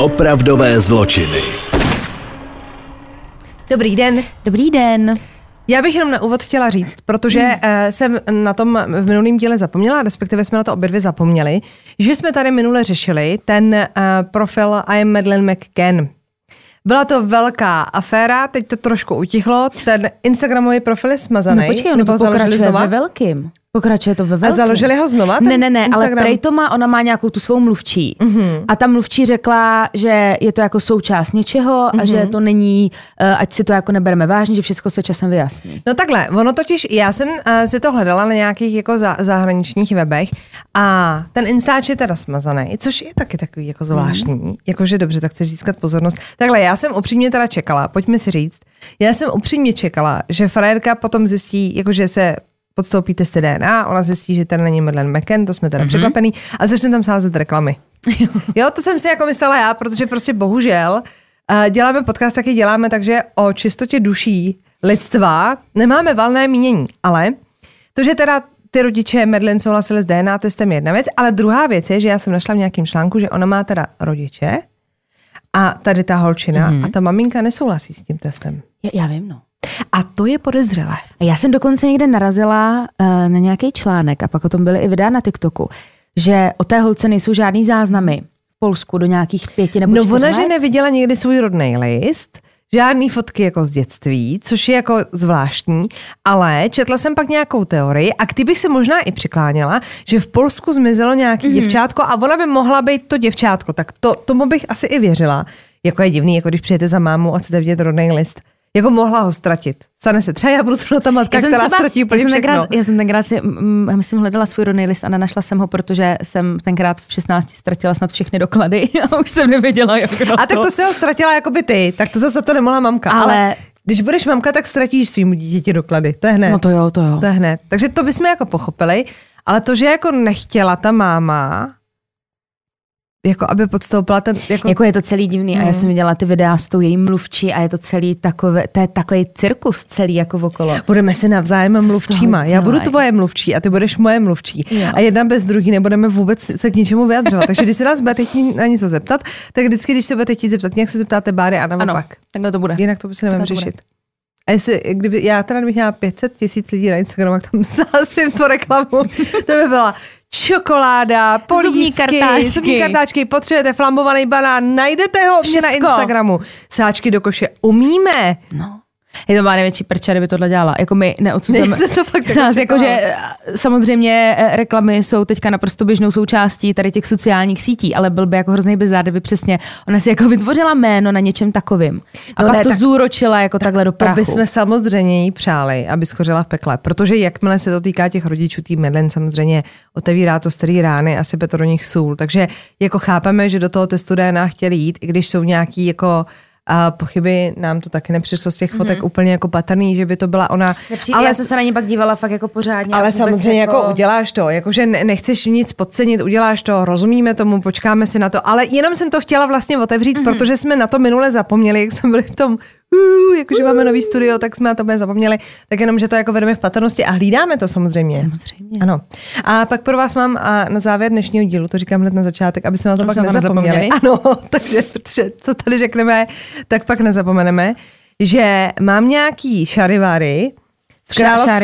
Opravdové zločiny. Dobrý den. Dobrý den. Já bych jenom na úvod chtěla říct, protože jsem na tom v minulém díle zapomněla, respektive jsme na to obě dvě zapomněli, že jsme tady minule řešili ten profil I am Madeleine McCann. Byla to velká aféra, teď to trošku utichlo, ten instagramový profil je smazaný. No počkej, ono to pokračuje ve velkým. Pokračuje to ve velkým. A založili ho znova? Ne, ale prej to má, ona má nějakou tu svou mluvčí. Mm-hmm. A ta mluvčí řekla, že je to jako součást něčeho a že to není, ať si to jako nebereme vážně, že všechno se časem vyjasní. No takhle, ono totiž, já jsem si to hledala na nějakých jako zahraničních webech a ten Instač je teda smazaný, což je taky takový jako zvláštní. Jakože dobře, tak chceš získat pozornost. Takhle, já jsem upřímně teda čekala, pojďme si říct, já jsem upřímně čekala, že frajerka potom zjistí, jakože se podstoupí testy DNA, ona zjistí, že tady není Madeleine McCann, to jsme teda překvapený, a začne tam sázet reklamy. Jo, to jsem si jako myslela já, protože prostě bohužel děláme podcast, taky děláme, takže o čistotě duší lidstva nemáme valné mínění, ale to, že teda ty rodiče Madeleine souhlasili s DNA testem, je jedna věc, ale druhá věc je, že já jsem našla v nějakém článku, že ona má teda rodiče a tady ta holčina a ta maminka nesouhlasí s tím testem. Já vím, no. A to je podezřelé. Já jsem dokonce někde narazila na nějaký článek a pak o tom byly i videa na TikToku, že o té holce nejsou žádný záznamy v Polsku do nějakých 5 nebo 4 let. No ona, že neviděla někdy svůj rodný list, žádný fotky jako z dětství, což je jako zvláštní, ale četla jsem pak nějakou teorii a k ty bych se možná i přikláněla, že v Polsku zmizelo nějaký děvčátko a ona by mohla být to děvčátko, tak tomu bych asi i věřila. Jako je divný, jako když přijete za mámu a chcete vidět rodný list. Jako mohla ho ztratit. Stane se třeba, já budu ta matka, která ztratí úplně všechno. Já jsem tenkrát myslím, hledala svůj rodný list a nenašla jsem ho, protože jsem tenkrát v 16 ztratila snad všechny doklady a už jsem nevěděla, jak to. A tak to si ho ztratila jako by ty, tak to zase to nemohla mamka. Ale když budeš mamka, tak ztratíš svým dítěti doklady. To je hned. No to jo. To je hned. Takže to bychom jako pochopili, ale to, že jako nechtěla ta máma, jako aby podstoupila ten... Jako je to celý divný a já jsem viděla ty videa s tou její mluvčí a je to celý takový cirkus celý jako okolo. Budeme si navzájem mluvčíma. Já budu tvoje mluvčí a ty budeš moje mluvčí. Jo. A jedna bez druhý nebudeme vůbec se k ničemu vyjadřovat. Takže když se nás budete chtít na něco zeptat, tak vždycky, když se budete chtít zeptat, nějak se zeptáte Báry a naopak. Ano, takhle to bude. Jinak to by se nebudeme řešit. A kdyby já teda bych měla 500 000 lidí na Instagramu, tak tam svým to reklamu, to by byla čokoláda, polívky, zubní kartáčky, potřebujete flambovaný banán, najdete ho mě na Instagramu. Sáčky do koše umíme. No. Je to má největší prča, kdyby tohle dělala. Jako my neodsuzujeme. Jakože samozřejmě reklamy jsou teďka naprosto běžnou součástí tady těch sociálních sítí, ale byl by jako hrozný bizár, kdyby přesně ona si jako vytvořila jméno na něčem takovým. A no pak to zúročila jako takhle do prachu. To bychom samozřejmě jí přáli, aby schořila v pekle, protože jakmile se to týká těch rodičů, tý Madeleine samozřejmě otevírá to starý rány a sype to do nich sůl. Takže jako chápeme, že do toho testu DNA chtěli jít, i když jsou nějaký jako a pochyby, nám to taky nepřišlo z těch fotek úplně jako patrný, že by to byla ona. Ale já jsem se na ní pak dívala fakt jako pořádně. Ale samozřejmě jako uděláš to, jakože nechceš nic podcenit, uděláš to, rozumíme tomu, počkáme si na to, ale jenom jsem to chtěla vlastně otevřít, protože jsme na to minule zapomněli, jak jsme byli v tom jakože máme nový studio, tak jsme na to zapomněli, tak jenom, že to jako vedeme v patrnosti a hlídáme to samozřejmě. Samozřejmě. Ano. A pak pro vás mám na závěr dnešního dílu, to říkám hned na začátek, aby jsme na to pak nezapomněli. Ano, takže protože co tady řekneme, tak pak nezapomeneme, že mám nějaký šarivary z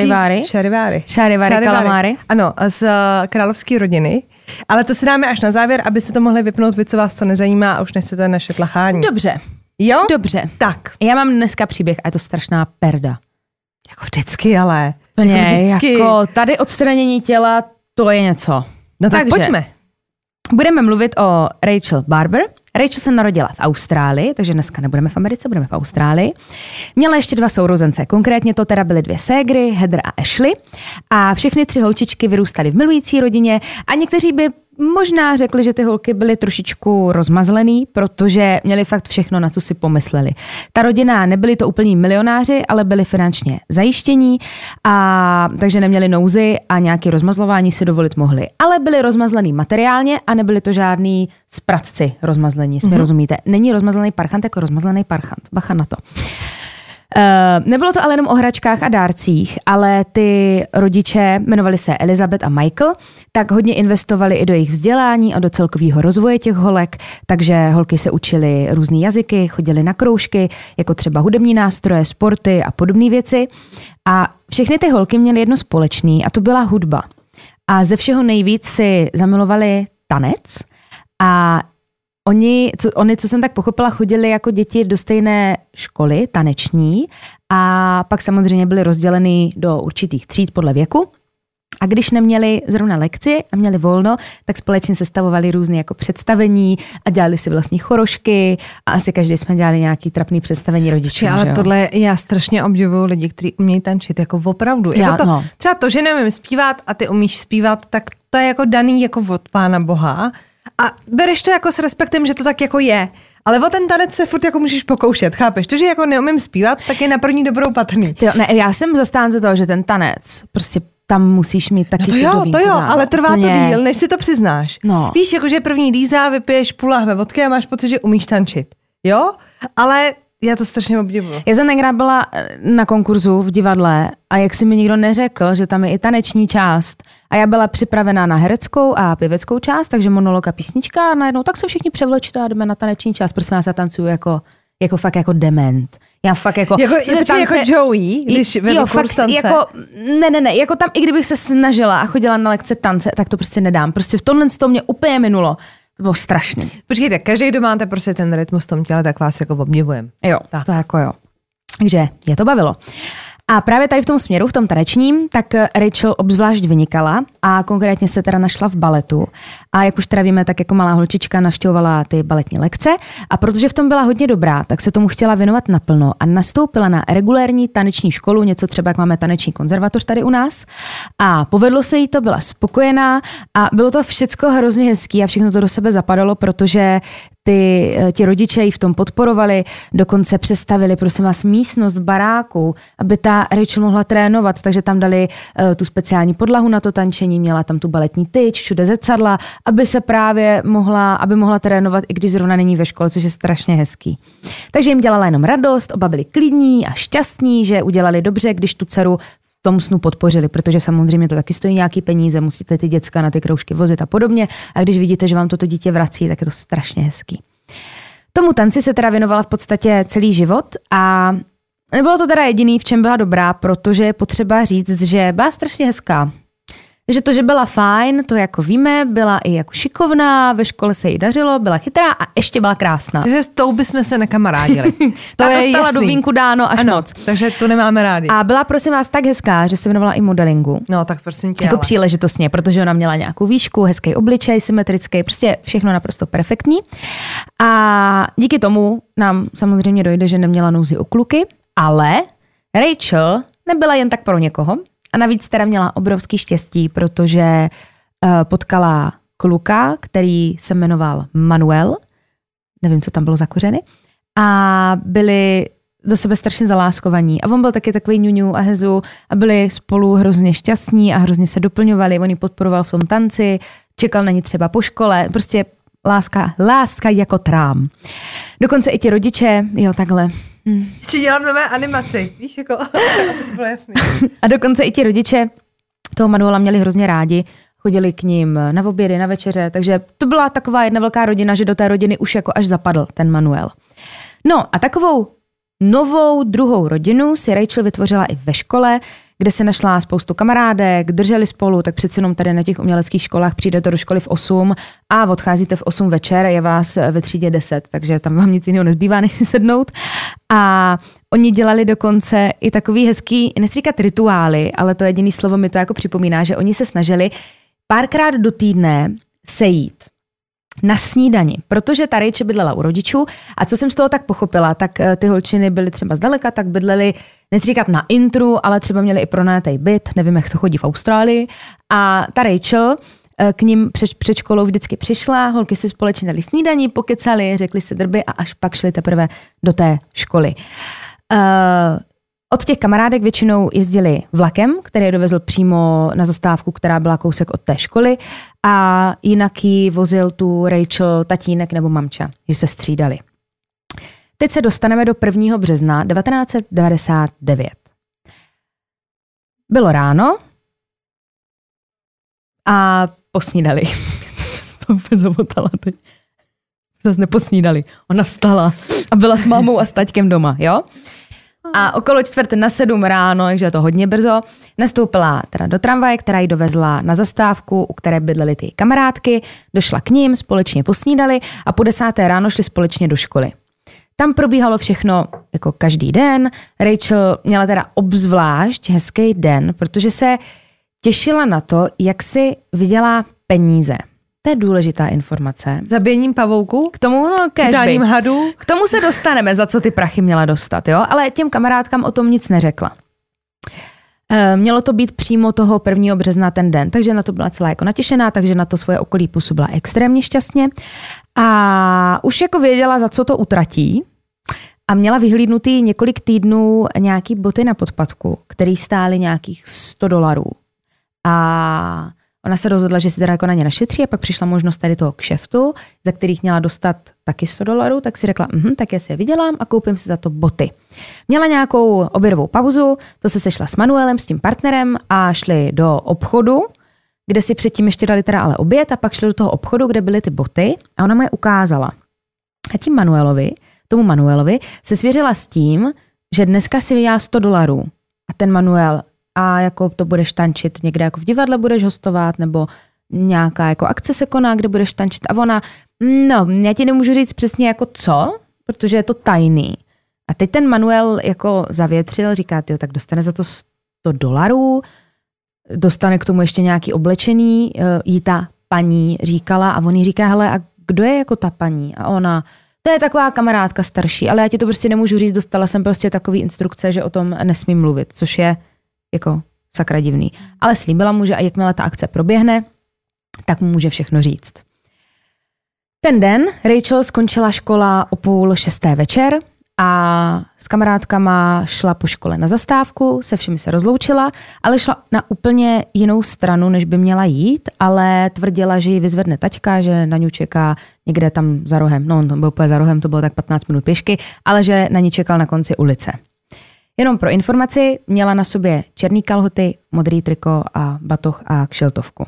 Šarivary kalamáry. Ano, z královské rodiny. Ale to si dáme až na závěr, abyste to mohli vypnout, vy, co vás to nezajímá a už nechcete naše tlachání. Dobře. Jo? Dobře. Tak. Já mám dneska příběh a je to strašná perda. Jako vždycky, ale. Jako tady odstranění těla, to je něco. No tak pojďme. Budeme mluvit o Rachel Barber. Rachel se narodila v Austrálii, takže dneska nebudeme v Americe, budeme v Austrálii. Měla ještě 2 sourozence, konkrétně to teda byly 2 ségry, Heather a Ashley. A všechny 3 holčičky vyrůstaly v milující rodině a někteří by možná řekli, že ty holky byly trošičku rozmazlený, protože měli fakt všechno, na co si pomysleli. Ta rodina, nebyli to úplní milionáři, ale byli finančně zajištění, a takže neměli nouzy a nějaké rozmazlování si dovolit mohli. Ale byli rozmazlený materiálně a nebyli to žádný spratci rozmazlení, jestli mi rozumíte. Není rozmazlený parchant jako rozmazlený parchant. Bacha na to. Nebylo to ale jenom o hračkách a dárcích, ale ty rodiče, jmenovali se Elizabeth a Michael, tak hodně investovali i do jejich vzdělání a do celkového rozvoje těch holek, takže holky se učily různý jazyky, chodily na kroužky, jako třeba hudební nástroje, sporty a podobné věci. A všechny ty holky měly jedno společné a to byla hudba. A ze všeho nejvíc si zamilovali tanec a Oni, co jsem tak pochopila, chodili jako děti do stejné školy taneční a pak samozřejmě byli rozděleni do určitých tříd podle věku. A když neměli zrovna lekci a měli volno, tak společně sestavovali různé jako představení a dělali si vlastní chorošky a asi každý jsme dělali nějaký trapný představení rodičů. Ale tohle já strašně obdivuju lidi, kteří umějí tančit, jako opravdu. Jako třeba to, že nevím zpívat a ty umíš zpívat, tak to je jako daný jako od Pána Boha. A bereš to jako s respektem, že to tak jako je. Ale o ten tanec se furt jako můžeš pokoušet, chápeš? To, že jako neumím zpívat, tak je na první dobrou patrný. Já jsem zastánce toho, že ten tanec, prostě tam musíš mít taky to jo, ale trvá to díl, než si to přiznáš. No. Víš, jakože první dýza, vypiješ půl lahve vodky a máš pocit, že umíš tančit. Jo? Ale já to strašně obdivuju. Já jsem tenkrát byla na konkurzu v divadle a jak si mi nikdo neřekl, že tam je i taneční část. A já byla připravená na hereckou a pěveckou část, takže monolog a písnička a najednou tak se všichni převlečte a jdeme na taneční část. Prostě já se tancuju jako fakt jako dement. Já fakt jako Joey, když vedl kurz tance. Ne, jako tam, i kdybych se snažila a chodila na lekce tance, tak to prostě nedám. Prostě v tomhle to mě úplně minulo. To bylo strašný. Počkejte, každý, kdo máte prostě ten rytmus v tom těle, tak vás jako obdivujem. Jo, tak. To jako jo. Takže je to bavilo. A právě tady v tom směru, v tom tanečním, tak Rachel obzvlášť vynikala a konkrétně se teda našla v baletu. A jak už teda víme, tak jako malá holčička navštěvovala ty baletní lekce a protože v tom byla hodně dobrá, tak se tomu chtěla věnovat naplno a nastoupila na regulérní taneční školu, něco třeba jak máme taneční konzervatoř tady u nás. A povedlo se jí to, byla spokojená a bylo to všecko hrozně hezký a všechno to do sebe zapadalo, protože ti rodiče ji v tom podporovali, dokonce přestavili, prosím vás, místnost v baráku, aby ta Rachel mohla trénovat, takže tam dali tu speciální podlahu na to tančení, měla tam tu baletní tyč, všude zrcadla, aby se právě mohla trénovat, i když zrovna není ve škole, což je strašně hezký. Takže jim dělala jenom radost, oba byli klidní a šťastní, že udělali dobře, když tu dceru v tom snu podpořili, protože samozřejmě to taky stojí nějaký peníze, musíte ty děcka na ty kroužky vozit a podobně. A když vidíte, že vám toto dítě vrací, tak je to strašně hezký. Tomu tanci se teda věnovala v podstatě celý život a nebylo to teda jediný, v čem byla dobrá, protože je potřeba říct, že byla strašně hezká. Takže to, že byla fajn, to jako víme, byla i jako šikovná, ve škole se jí dařilo, byla chytrá a ještě byla krásná. Takže s tou bychom se nekamarádili. To je dostala do vínku dáno až moc. Takže to nemáme rádi. A byla prosím vás tak hezká, že se věnovala i modelingu. No tak prosím tě. Jako příležitostně, protože ona měla nějakou výšku, hezký obličej, symetrický, prostě všechno naprosto perfektní. A díky tomu nám samozřejmě dojde, že neměla nouzi o kluky, ale Rachel nebyla jen tak pro někoho. A navíc teda měla obrovský štěstí, protože potkala kluka, který se jmenoval Manuel, nevím, co tam bylo za kořeny, a byli do sebe strašně zaláskovaní. A on byl taky takový ňuňu a hezu a byli spolu hrozně šťastní a hrozně se doplňovali. On ji podporoval v tom tanci, čekal na ní třeba po škole, prostě láska jako trám. Dokonce i ti rodiče, jo, takhle. Či dělám nové animaci, víš, jako, to bylo jasný. A dokonce i ti rodiče toho Manuela měli hrozně rádi, chodili k ním na obědy, na večeře, takže to byla taková jedna velká rodina, že do té rodiny už jako až zapadl ten Manuel. No a takovou novou druhou rodinu si Rachel vytvořila i ve škole, kde se našla spoustu kamarádek, drželi spolu, tak přeci jenom tady na těch uměleckých školách přijdete do školy v 8 a odcházíte v 8 večer, je vás ve třídě 10, takže tam vám nic jiného nezbývá, než si sednout. A oni dělali dokonce i takový hezký, nechci říkat rituály, ale to jediný slovo mi to jako připomíná, že oni se snažili párkrát do týdne sejít na snídani, protože ta Rachel bydlela u rodičů a co jsem z toho tak pochopila, tak ty holčiny byly třeba zdaleka, tak bydleli, nechci říkat na intru, ale třeba měli i pronajatý byt, nevím, jak to chodí v Austrálii a ta Rachel k ním před školou vždycky přišla, holky si společně dali snídaní, pokecali, řekli si drby a až pak šli teprve do té školy. Od těch kamarádek většinou jezdili vlakem, který je dovezl přímo na zastávku, která byla kousek od té školy a jinak ji vozil tu Rachel tatínek nebo mamča, že se střídali. teď se dostaneme do 1. března 1999. Bylo ráno a posnídali. To úplně zamotala teď. Zase neposnídali. Ona vstala a byla s mámou a s taťkem doma, jo? A okolo 6:45 ráno, takže je to hodně brzo, nastoupila teda do tramvaje, která ji dovezla na zastávku, u které bydlely ty kamarádky, došla k ním, společně posnídali a po 10. ráno šli společně do školy. Tam probíhalo všechno jako každý den. Rachel měla teda obzvlášť hezký den, protože se těšila na to, jak si vydělá peníze. To je důležitá informace. Zabíjením pavouků? K tomu, dáním hadů? K tomu se dostaneme, za co ty prachy měla dostat, jo? Ale těm kamarádkám o tom nic neřekla. Mělo to být přímo toho 1. března ten den, takže na to byla celá jako natěšená, takže na to svoje okolí působila extrémně šťastně a už jako věděla, za co to utratí a měla vyhlídnutý několik týdnů nějaký boty na podpatku, které stály nějakých $100 a ona se rozhodla, že si teda jako na ně našetří a pak přišla možnost tady toho kšeftu, za kterých měla dostat taky $100, tak si řekla, tak já si je vydělám a koupím si za to boty. Měla nějakou obědovou pauzu, to se sešla s Manuelem, s tím partnerem a šli do obchodu, kde si předtím ještě dali teda ale oběd a pak šli do toho obchodu, kde byly ty boty a ona mu je ukázala. A tomu Manuelovi se svěřila s tím, že dneska si vydělá $100 a ten Manuel a jako to budeš tančit někde jako v divadle budeš hostovat, nebo nějaká jako akce se koná, kde budeš tančit. A ona, já ti nemůžu říct přesně jako co, protože je to tajný. A teď ten Manuel jako zavětřil, říká, tak dostane za to $100, dostane k tomu ještě nějaký oblečený, jí ta paní říkala a on jí říká, hele, a kdo je jako ta paní? A ona, to je taková kamarádka starší, ale já ti to prostě nemůžu říct, dostala jsem prostě takový instrukce, že o tom nesmím mluvit, což je jako sakra divný. Ale slíbila mu, že a jakmile ta akce proběhne, tak mu může všechno říct. Ten den Rachel skončila škola o 5:30 večer a s kamarádkama šla po škole na zastávku, se všemi se rozloučila, ale šla na úplně jinou stranu, než by měla jít, ale tvrdila, že ji vyzvedne taťka, že na ní čeká někde tam za rohem. No, on tam byl úplně za rohem, to bylo tak 15 minut pěšky, ale že na ní čekal na konci ulice. Jenom pro informaci, měla na sobě černý kalhoty, modrý triko a batoh a kšiltovku.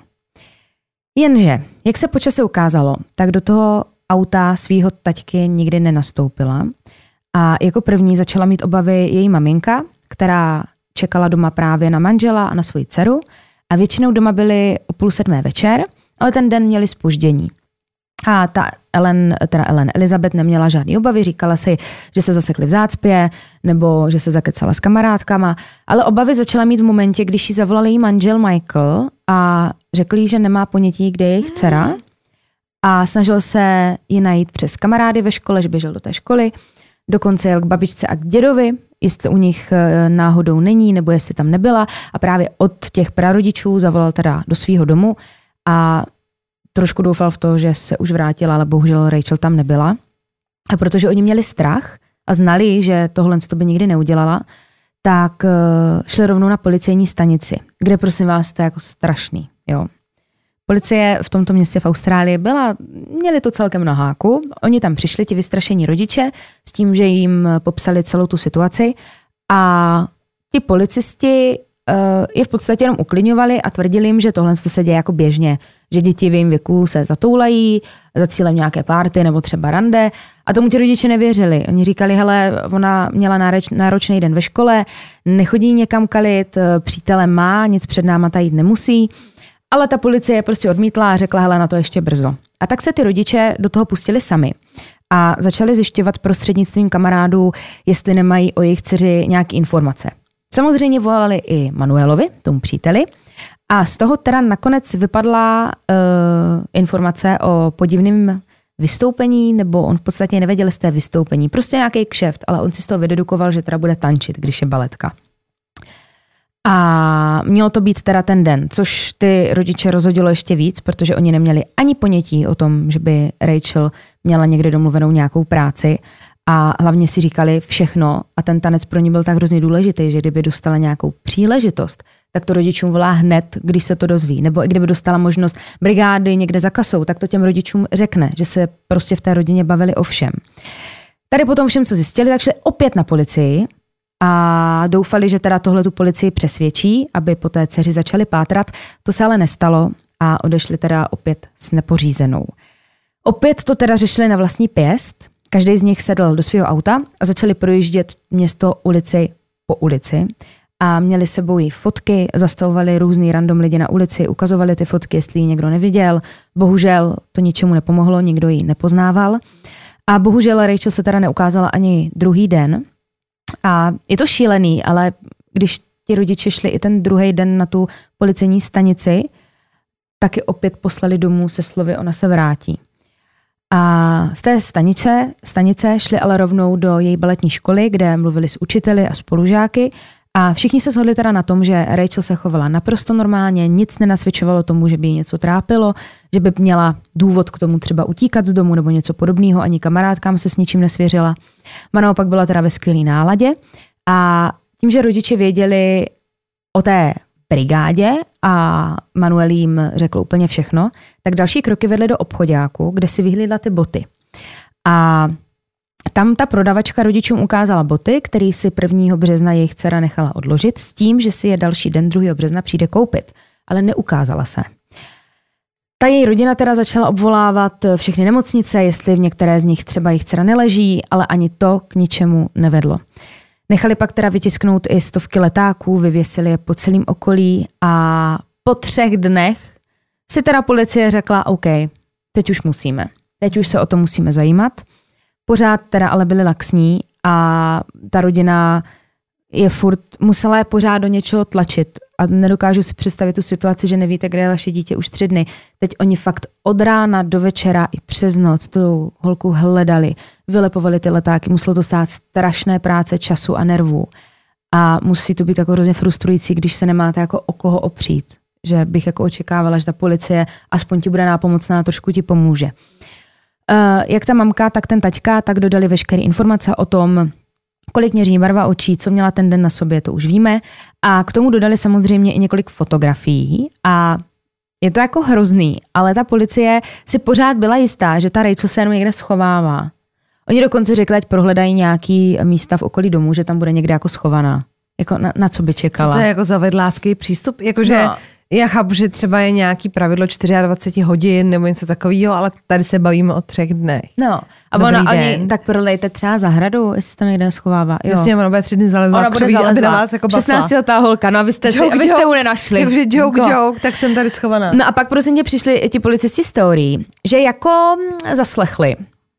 Jenže, jak se po čase ukázalo, tak do toho auta svýho taťky nikdy nenastoupila a jako první začala mít obavy její maminka, která čekala doma právě na manžela a na svoji dceru a většinou doma byli o 6:30 večer, ale ten den měli zpoždění. A ta Elizabeth neměla žádný obavy, říkala si, že se zasekli v zácpě nebo že se zakecala s kamarádkama, ale obavy začala mít v momentě, když jí zavolal její manžel Michael a řekl jí, že nemá ponětí, kde je jejich dcera a snažil se ji najít přes kamarády ve škole, že běžel do té školy, dokonce jel k babičce a k dědovi, jestli u nich náhodou není nebo jestli tam nebyla a právě od těch prarodičů zavolal teda do svého domu a trošku doufal v to, že se už vrátila, ale bohužel Rachel tam nebyla. A protože oni měli strach a znali, že tohle to by nikdy neudělala, tak šli rovnou na policejní stanici, kde prosím vás, to je jako strašný. Jo. Policie v tomto městě v Austrálii měli to celkem na háku. Oni tam přišli, ti vystrašení rodiče, s tím, že jim popsali celou tu situaci a ti policisti je v podstatě jenom uklidňovali a tvrdili jim, že tohle se děje jako běžně, že děti v jejím věku se zatoulají za cílem nějaké party nebo třeba rande a tomu ti rodiče nevěřili. Oni říkali, hele, ona měla náročný den ve škole, nechodí někam kalit, přítele má, nic před náma tajít nemusí, ale ta policie prostě odmítla a řekla, hele, na to ještě brzo. A tak se ty rodiče do toho pustili sami a začali zjišťovat prostřednictvím kamarádů, jestli nemají o jejich dceři nějaké informace. Samozřejmě volali i Manuelovi, tomu příteli, a z toho teda nakonec vypadla informace o podivném vystoupení, nebo on v podstatě nevěděl z té vystoupení. Prostě nějaký kšeft, ale on si z toho vydedukoval, že teda bude tančit, když je baletka. A mělo to být teda ten den, což ty rodiče rozhodilo ještě víc, protože oni neměli ani ponětí o tom, že by Rachel měla někde domluvenou nějakou práci a hlavně si říkali všechno a ten tanec pro ní byl tak hrozně důležitý, že kdyby dostala nějakou příležitost, tak to rodičům volá hned, když se to dozví. Nebo i kdyby dostala možnost brigády někde za kasou, tak to těm rodičům řekne, že se prostě v té rodině bavili o všem. Tady potom všem, co zjistili, tak šli opět na policii a doufali, že teda tohle tu policii přesvědčí, aby po té dceři začali pátrat. To se ale nestalo a odešli teda opět s nepořízenou. Opět to teda řešili na vlastní pěst. Každý z nich sedl do svého auta a začali projíždět město ulici po ulici. A měli sebou její fotky, zastavovali různý random lidi na ulici, ukazovali ty fotky, jestli ji někdo neviděl. Bohužel to ničemu nepomohlo, nikdo ji nepoznával. A bohužel Rachel se teda neukázala ani druhý den. A je to šílený, ale když ti rodiče šli i ten druhý den na tu policejní stanici, taky opět poslali domů se slovy, ona se vrátí. A z té stanice šli ale rovnou do její baletní školy, kde mluvili s učiteli a spolužáky. A všichni se shodli teda na tom, že Rachel se chovala naprosto normálně, nic nenasvědčovalo tomu, že by jí něco trápilo, že by měla důvod k tomu třeba utíkat z domu nebo něco podobného, ani kamarádkám se s ničím nesvěřila. A naopak byla teda ve skvělé náladě. A tím, že rodiče věděli o té brigádě a Manuel jim řekl úplně všechno, tak další kroky vedly do obchoďáku, kde si vyhlídla ty boty. A tam ta prodavačka rodičům ukázala boty, který si 1. března jejich dcera nechala odložit s tím, že si je další den 2. března přijde koupit. Ale neukázala se. Ta její rodina teda začala obvolávat všechny nemocnice, jestli v některé z nich třeba jejich dcera neleží, ale ani to k ničemu nevedlo. Nechali pak teda vytisknout i stovky letáků, vyvěsili je po celém okolí a po 3 dnech si teda policie řekla, OK, teď už musíme. Teď už se o to musíme zajímat. Pořád teda ale byli laxní a ta rodina musela je pořád do něčeho tlačit a nedokážu si představit tu situaci, že nevíte, kde je vaše dítě už 3 dny. Teď oni fakt od rána do večera i přes noc tu holku hledali, vylepovali ty letáky, muselo to stát strašné práce, času a nervů. A musí to být jako hrozně frustrující, když se nemáte jako o koho opřít. Že bych jako očekávala, že ta policie aspoň ti bude nápomocná, trošku ti pomůže. Jak ta mamka, tak ten taťka, tak dodali veškeré informace o tom, kolik měří barva očí, co měla ten den na sobě, to už víme. A k tomu dodali samozřejmě i několik fotografií a je to jako hrozný, ale ta policie si pořád byla jistá, že ta Rachel se jenom někde schovává. Oni dokonce řekli, ať prohledají nějaký místa v okolí domu, že tam bude někde jako schovaná. Jako na co by čekala. Co to je jako zavedlácký přístup? Jakože já chápu, že třeba je nějaký pravidlo 24 hodin nebo něco takového, ale tady se bavíme o 3 dnech. No, a ona ani tak prodejte třeba zahradu, jestli se tam někde neschovává. Jasně, ona bude 3 dny zalezla. Ona bude zalezla. Jako 16letá holka, no abyste ju nenašli. Takže joke, tak jsem tady schovaná. No a pak prosím tě přišli ti policisti z teorií, že jako zaslechli,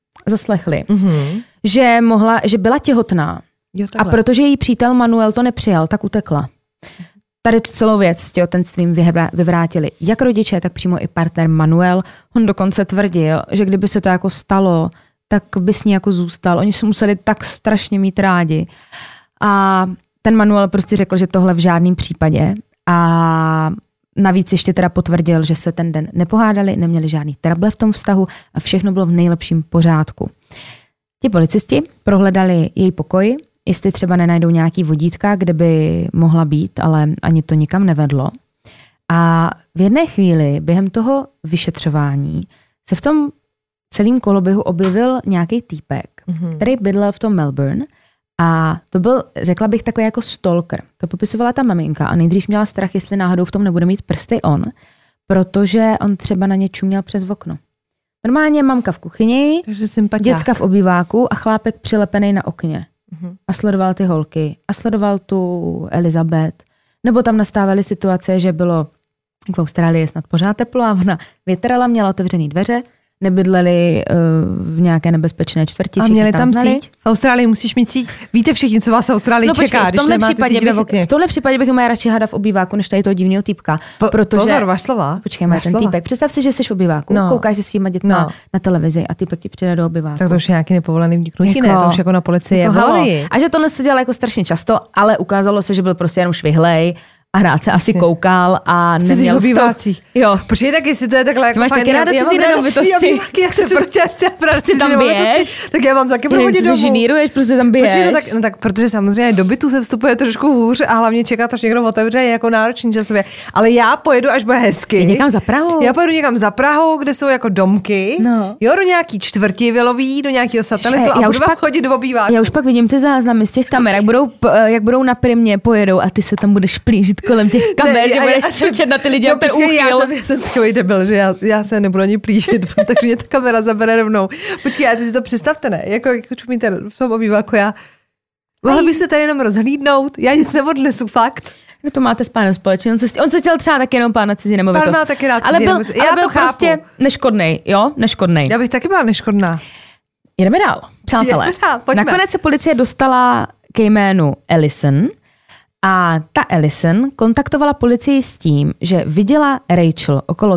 že byla těhotná. Jo, a protože její přítel Manuel to nepřijal, tak utekla. Tady tu celou věc s těhotenstvím vyvrátili jak rodiče, tak přímo i partner Manuel. On dokonce tvrdil, že kdyby se to jako stalo, tak by s ní jako zůstal. Oni se museli tak strašně mít rádi. A ten Manuel prostě řekl, že tohle v žádném případě. A navíc ještě teda potvrdil, že se ten den nepohádali, neměli žádný trable v tom vztahu a všechno bylo v nejlepším pořádku. Ti policisti prohledali její pokoj, jestli třeba nenajdou nějaký vodítka, kde by mohla být, ale ani to nikam nevedlo. A v jedné chvíli během toho vyšetřování se v tom celém koloběhu objevil nějaký týpek, který bydlel v tom Melbourne a to byl, řekla bych, takový jako stalker. To popisovala ta maminka a nejdřív měla strach, jestli náhodou v tom nebude mít prsty on, protože on třeba na ně čuměl přes okno. Normálně mamka v kuchyni, děcka v obýváku a chlápek přilepený na okně. A sledoval ty holky. A sledoval tu Elizabeth. Nebo tam nastávaly situace, že bylo v Austrálii snad pořád teplo a ona větrala, měla otevřený dveře, nebydleli v nějaké nebezpečné čtvrti. A měli tam síť? V Austrálii musíš mít síť? Víte všichni, co vás v Austrálii čeká, když nemáte síť ve okně. V tomhle případě bych měla radši hada v obýváku, než tady toho divného týpka. Pozor, váš slova. Počkej, má ten týpek. Představ si, že jsi v obýváku, koukáš se svýma dětma na televizi a týpek ti přijde do obýváku. Tak to už je nějaký nepovolený vniknutí, ne? To už jako na policii je. A že tohle se dělá jako strašně často, ale ukázalo se, že byl prostě jenom švihlej a rád se asi koukal a neměl to. Jo. Počkej, tak jestli to je takhle jako máš taky ráda cizí nemovitosti. Jak se to prostě tam biješ. Tak já mám taky prohodit domů. Ženíruješ, prostě tam biješ. Počkej, no tak, protože samozřejmě do bytu se vstupuje trošku hůř a hlavně čekat, až někdo otevře, je jako náročný časově. Ale já pojedu, až bude hezky. Někam za Prahou. Já pojedu někam za Prahou, kde jsou jako domky. No. Jo, do nějaký čtvrti vilový, do nějakého satelitu a budu pak chodit do obýváku. Já už pak vidím ty záznamy z těch kamer, jak budou na Primě, pojedou a ty se tam budeš plížit kolem těch kamer, že budeš čučet na ty lidi a ten úchyl. Já jsem takový debil, že já se nebudu ani plížit, takže mě ta kamera zabere rovnou. Počkej, a ty si to představte, ne? Jako čumíte v tom obýváku, já. Mohla bych se tady jenom rozhlídnout, já nic neodnesu, fakt. No to máte s pánem společně. On se chtěl třeba taky jenom pán na cizí nemovitost. Pán má taky rád cizí nemovitost. Ale byl prostě neškodnej, jo? Neškodnej. Já bych taky byla neškodná. Jdeme dál, přátelé. Nakonec se policie dostala ke jménu Ellison a ta Ellison kontaktovala policii s tím, že viděla Rachel okolo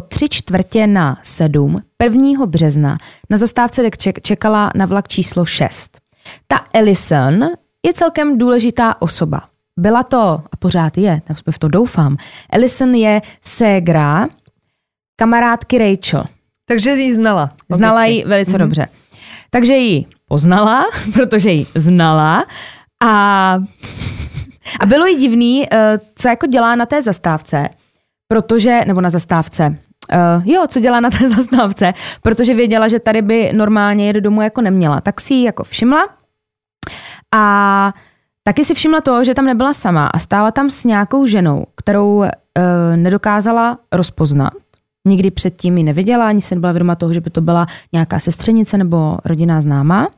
6:45 1. března na zastávce, kde čekala na vlak číslo 6. Ta Ellison je celkem důležitá osoba. Byla to, a pořád je, v to doufám, Ellison je ségra kamarádky Rachel. Takže ji znala. Znala ji velice dobře. Takže ji poznala, protože ji znala a bylo jí divný, co jako dělá na té zastávce, nebo na zastávce, co dělá na té zastávce, protože věděla, že tady by normálně jet domů jako neměla. Tak si ji jako všimla a taky si všimla to, že tam nebyla sama a stála tam s nějakou ženou, kterou nedokázala rozpoznat. Nikdy předtím ji neviděla, ani se nebyla vědoma toho, že by to byla nějaká sestřenice nebo rodinná známá.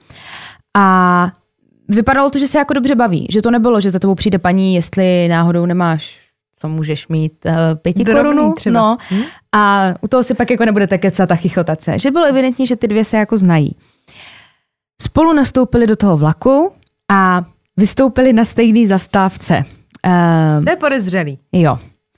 A vypadalo to, že se jako dobře baví. Že to nebylo, že za tebou přijde paní, jestli náhodou nemáš, co můžeš mít, 5 korun. No. A u toho si pak jako nebudete kecat a chichotat se. Že bylo evidentní, že ty dvě se jako znají. Spolu nastoupili do toho vlaku a vystoupili na stejné zastávce. To je podezřelý. Jo.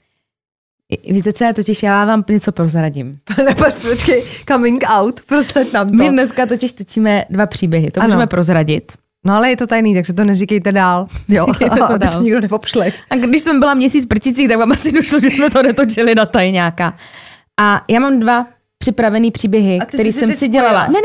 Víte co, totiž já vám něco prozradím. Počkej, coming out, prozrad nám to. My dneska totiž točíme 2 příběhy, to můžeme prozradit. No ale je to tajný, takže to neříkejte dál. Jo, aby to nikdo nepopšle. A když jsem byla měsíc prčící, tak vám asi došlo, že jsme to netočili na tajňáka. A já mám 2 připravený příběhy, který jsem si dělala. Ne,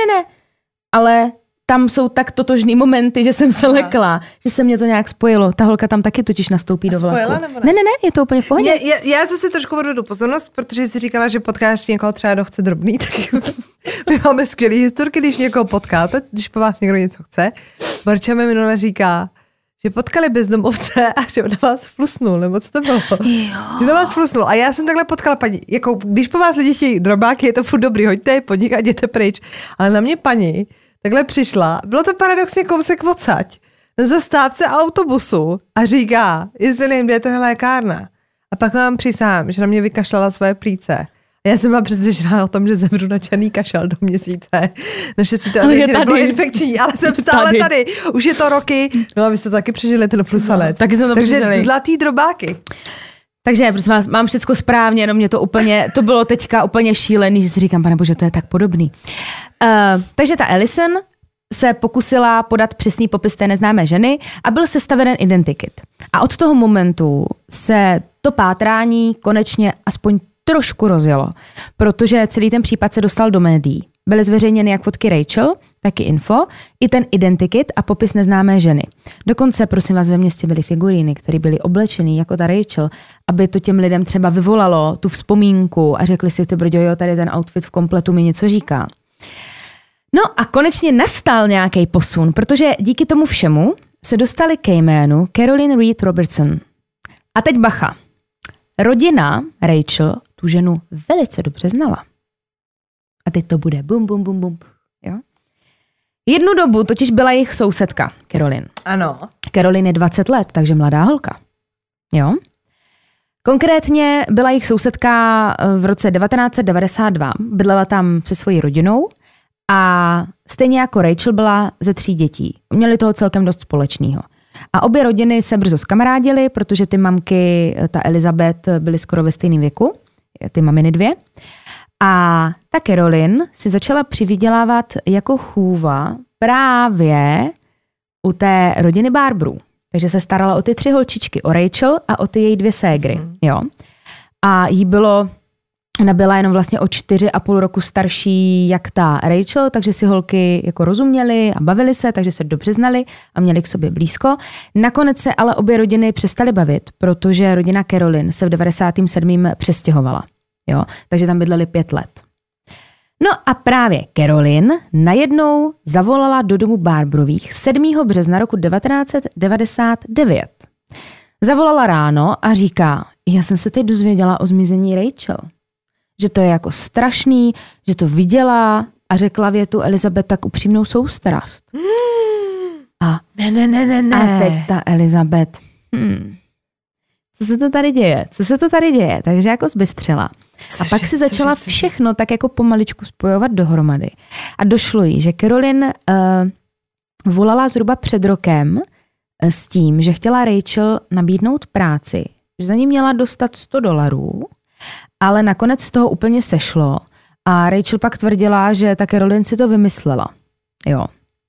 ale tam jsou tak totožný momenty, že jsem se lekla, že se mě to nějak spojilo. Ta holka tam taky totiž nastoupí do vlaku. Spojila, nebo ne? Ne, je to úplně v pohodě. Já zase trošku odvedu pozornost, protože jsi říkala, že potkáš někoho třeba, kdo chce drobný, tak my máme skvělý historky, když někoho potkáte, když po vás někdo něco chce. Barča mi minule říká, že potkali bezdomovce a že na vás flusnul, nebo co to bylo? Že na vás flusnul. A já jsem takhle potkala paní, jako když po vás lidi chtějí drobáky, je to furt dobrý, hoďte je podnik a jděte pryč. Ale na mě paní takhle přišla, bylo to paradoxně kousek odsaď, na zastávce autobusu a říká, jestli nevím, kde je tahle lékárna. A pak vám přísahám, že na mě vykašlala svoje plíce. A já jsem byla přesvědčená o tom, že zemřu na černý kašel do měsíce. Naštěstí to nebylo infekční, ale jsem stále tady. Už je to roky. No a vy jste taky přežili ten flusalec. Taky jsme to Takže přežili. Zlatý drobáky. Takže prosím vás, mám všecko správně, jenom mě to bylo teďka úplně šílený, že si říkám, pane bože, to je tak podobný. Takže ta Ellison se pokusila podat přesný popis té neznámé ženy a byl sestaven identikit. A od toho momentu se to pátrání konečně aspoň trošku rozjelo, protože celý ten případ se dostal do médií. Byly zveřejněny jak fotky Rachel, tak i info, i ten identikit a popis neznámé ženy. Dokonce, prosím vás, ve městě byly figuríny, které byly oblečený jako ta Rachel, aby to těm lidem třeba vyvolalo tu vzpomínku a řekli si, ty brďo, jo, tady ten outfit v kompletu mi něco říká. No a konečně nastal nějaký posun, protože díky tomu všemu se dostali ke jménu Carolyn Reed Robertson. A teď bacha. Rodina Rachel tu ženu velice dobře znala. A teď to bude bum, bum, bum, bum. Jo? Jednu dobu totiž byla jejich sousedka, Carolyn. Ano. Carolyn je 20 let, takže mladá holka. Jo? Konkrétně byla jejich sousedka v roce 1992. Bydlela tam se svojí rodinou a stejně jako Rachel byla ze 3 dětí. Měli toho celkem dost společného. A obě rodiny se brzo zkamarádily, protože ty mamky, ta Elizabeth, byly skoro ve stejném věku, ty maminy 2. A ta Carolyn si začala přivydělávat jako chůva právě u té rodiny Barberů. Takže se starala o ty 3 holčičky, o Rachel a o ty její 2 ségry. Jo. A ona byla jenom vlastně o 4,5 roku starší jak ta Rachel, takže si holky jako rozuměly a bavily se, takže se dobře znali a měli k sobě blízko. Nakonec se ale obě rodiny přestaly bavit, protože rodina Carolyn se v 97. přestěhovala. Jo? Takže tam bydleli 5 let. No a právě Carolyn najednou zavolala do domu Barberových 7. března roku 1999. Zavolala ráno a říká, já jsem se teď dozvěděla o zmizení Rachel. Že to je jako strašný, že to viděla a řekla větu Elizabeth tak upřímnou soustrast. A, Ne. a teď ta Elizabeth, co se to tady děje? Takže jako zbystřila. A pak si začala všechno tak jako pomaličku spojovat dohromady. A došlo jí, že Carolyn volala zhruba před rokem s tím, že chtěla Rachel nabídnout práci, že za ní měla dostat $100, ale nakonec z toho úplně sešlo. A Rachel pak tvrdila, že ta Carolyn si to vymyslela. Jo.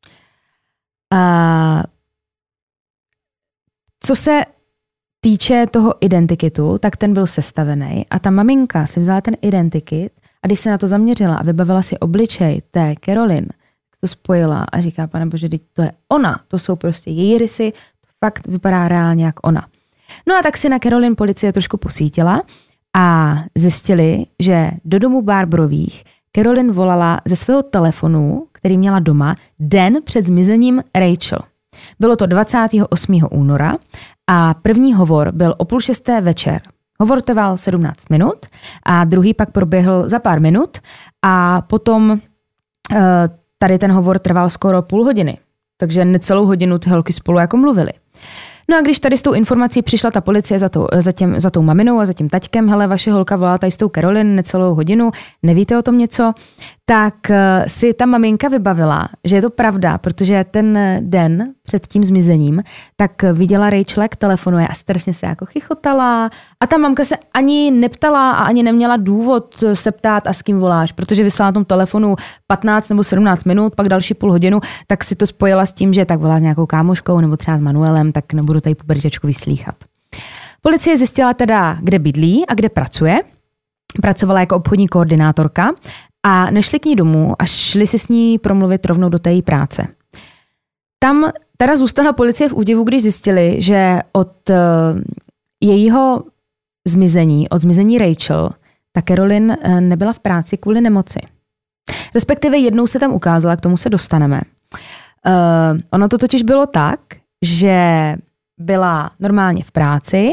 Co se týče toho identikitu, tak ten byl sestavený a ta maminka si vzala ten identikit a když se na to zaměřila a vybavila si obličej té Carolyn, to spojila a říká, pane bože, to je ona, to jsou prostě její rysy, to fakt vypadá reálně jak ona. No a tak si na Carolyn policie trošku posvítila a zjistili, že do domu Barberových Carolyn volala ze svého telefonu, který měla doma, den před zmizením Rachel. Bylo to 28. února a první hovor byl o 5:30 večer. Hovor trval 17 minut a druhý pak proběhl za pár minut a potom tady ten hovor trval skoro půl hodiny. Takže necelou hodinu ty holky spolu jako mluvily. No a když tady s tou informací přišla ta policie za tou maminou a za tím taťkem, hele, vaše holka volala tady s tou Carolyn necelou hodinu, nevíte o tom něco, tak si ta maminka vybavila, že je to pravda, protože ten den před tím zmizením, tak viděla Rachel, jak telefonuje a strašně se jako chichotala a ta mamka se ani neptala a ani neměla důvod se ptát, a s kým voláš, protože vyslala na tom telefonu 15 nebo 17 minut, pak další půl hodinu, tak si to spojila s tím, že tak volá s nějakou kámoškou nebo třeba s Manuelem, tak nebudu tady puberťačku vyslýchat. Policie zjistila teda, kde bydlí a kde pracuje. Pracovala jako obchodní koordinátorka a nešli k ní domů a šli si s ní promluvit rovnou do té její práce. Tam teda zůstala policie v údivu, když zjistili, že od jejího zmizení, od zmizení Rachel, ta Carolyn nebyla v práci kvůli nemoci. Respektive jednou se tam ukázala, k tomu se dostaneme. Ono to totiž bylo tak, že byla normálně v práci.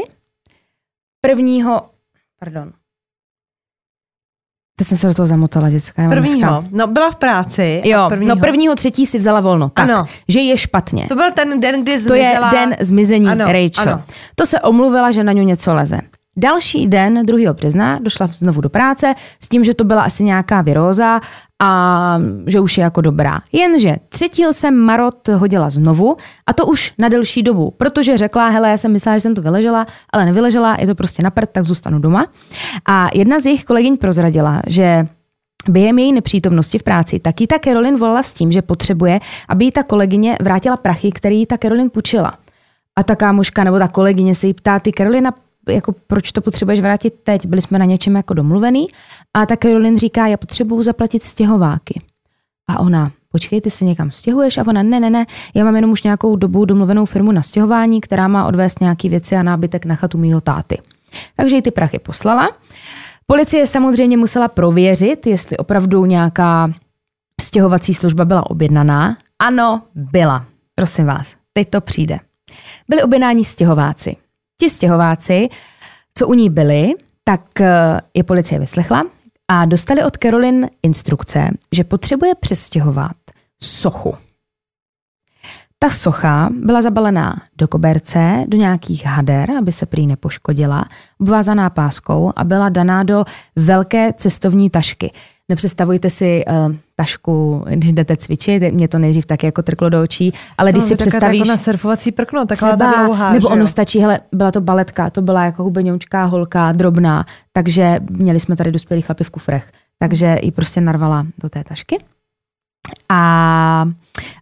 Teď jsem se do toho zamotala, děcka. Byla v práci. Jo, prvního 3. si vzala volno. Tak, ano. Že je špatně. To byl ten den, kdy zmizela. To je den zmizení Rachel. Ano. To se omluvila, že na ňu něco leze. Další den, 2. března, došla znovu do práce s tím, že to byla asi nějaká viróza a že už je jako dobrá. Jenže 3. se marot hodila znovu a to už na delší dobu, protože řekla, hele, já jsem myslela, že jsem to vyležela, ale nevyležela, je to prostě na prd, tak zůstanu doma. A jedna z jejich kolegyň prozradila, že během její nepřítomnosti v práci taky ta Carolyn volala s tím, že potřebuje, aby jí ta kolegyně vrátila prachy, který jí ta Carolyn půjčila. A ta kámoška nebo ta kolegyně se jí ptá, ty Carolina, jako proč to potřebuješ vrátit teď? Byli jsme na něčem jako domluvený. A ta Carolyn říká, já potřebuju zaplatit stěhováky. A ona, počkej, ty se někam stěhuješ? A ona, ne, já mám jenom už nějakou dobu domluvenou firmu na stěhování, která má odvést nějaké věci a nábytek na chatu mýho táty. Takže jí ty prachy poslala. Policie samozřejmě musela prověřit, jestli opravdu nějaká stěhovací služba byla objednaná. Ano, byla. Prosím vás, teď to přijde. Byli objednáni stěhováci. Ti stěhováci, co u ní byli, tak je policie vyslechla a dostali od Carolyn instrukce, že potřebuje přestěhovat sochu. Ta socha byla zabalená do koberce, do nějakých hader, aby se prý nepoškodila, obvázaná páskou a byla daná do velké cestovní tašky. Nepředstavujte si tašku, když jdete cvičit, mě to nejdřív tak jako trklo do očí, ale když si představíš... Jako na surfovací prkno, taková ta dlouhá, nebo ono stačí, hele, byla to baletka, to byla jako hubeňoučká holka, drobná, takže měli jsme tady dospělí chlapi v kufrech, takže ji prostě narvala do té tašky. A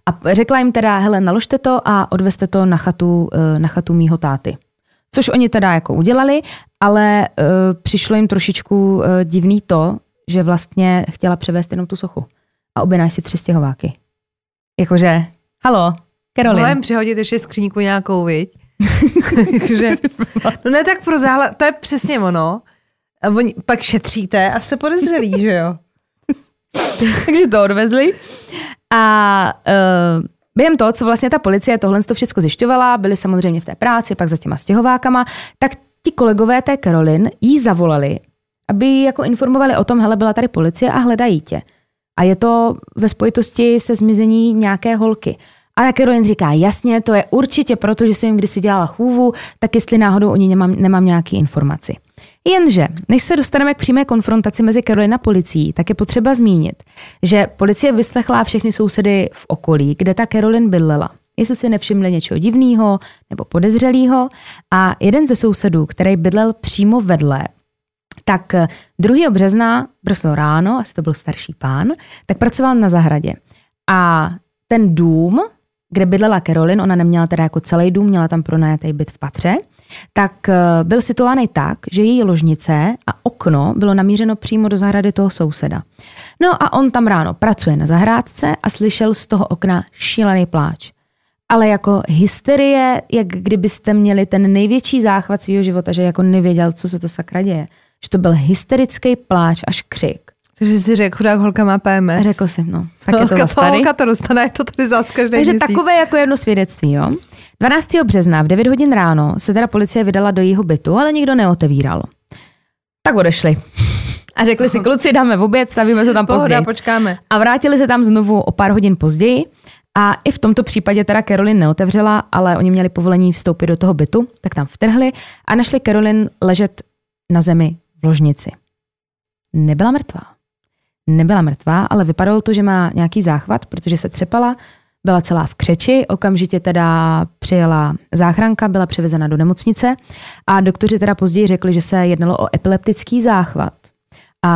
A řekla jim teda, hele, naložte to a odvezte to na chatu mýho táty. Což oni teda jako udělali, ale přišlo jim trošičku divný to, že vlastně chtěla převést jenom tu sochu. A objednáš si 3 stěhováky. Jakože, halo, Karolin. Mohla jim přihodit ještě skříňku nějakou, viď? Jakože, no ne tak pro záhled, to je přesně ono. A oni pak šetříte a jste podezřelí, že jo? Takže to odvezli. A během toho, co vlastně ta policie tohle to všechno zjišťovala, byli samozřejmě v té práci, pak za těma stěhovákama, tak ti kolegové té Karolin jí zavolali, aby jí jako informovali o tom, hele, byla tady policie a hledají tě. A je to ve spojitosti se zmizení nějaké holky. A Karolin říká, jasně, to je určitě proto, že jsem jim kdysi dělala chůvu, tak jestli náhodou o ní nemám nějaký informaci. Jenže, než se dostaneme k přímé konfrontaci mezi Karolin a policií, tak je potřeba zmínit, že policie vyslechla všechny sousedy v okolí, kde ta Karolin bydlela. Jestli si nevšimli něčeho divného nebo podezřelého. A jeden ze sousedů, který bydlel přímo vedle, tak 2. března, brzo ráno, asi to byl starší pán, tak pracoval na zahradě. A ten dům, kde bydlela Karolin, ona neměla teda jako celý dům, měla tam pronajatý byt v patře, tak byl situovaný tak, že její ložnice a okno bylo namířeno přímo do zahrady toho souseda. No a on tam ráno pracuje na zahrádce a slyšel z toho okna šílený pláč. Ale jako hysterie, jak kdybyste měli ten největší záchvat svého života, že jako nevěděl, co se to sakra děje. Že to byl hysterický pláč až křik. Takže si řekl, chudák holka má PMS. Řekl si, no. Tak je to zase tady. Holka to dostane, je to tady zás každý Takže měsíc. takové jako jedno svědectví, jo. 12. března v 9 hodin ráno se teda policie vydala do jejího bytu, ale nikdo neotevíral. Tak odešli. A řekli si, kluci, dáme v oběd, stavíme se tam později. Počkáme. A vrátili se tam znovu o pár hodin později. A i v tomto případě teda Karolin neotevřela, ale oni měli povolení vstoupit do toho bytu, tak tam vtrhli a našli Karolin ležet na zemi v ložnici. Nebyla mrtvá, ale vypadalo to, že má nějaký záchvat, protože se třepala, byla celá v křeči, okamžitě teda přijela záchranka, byla převezena do nemocnice a doktoři teda později řekli, že se jednalo o epileptický záchvat. A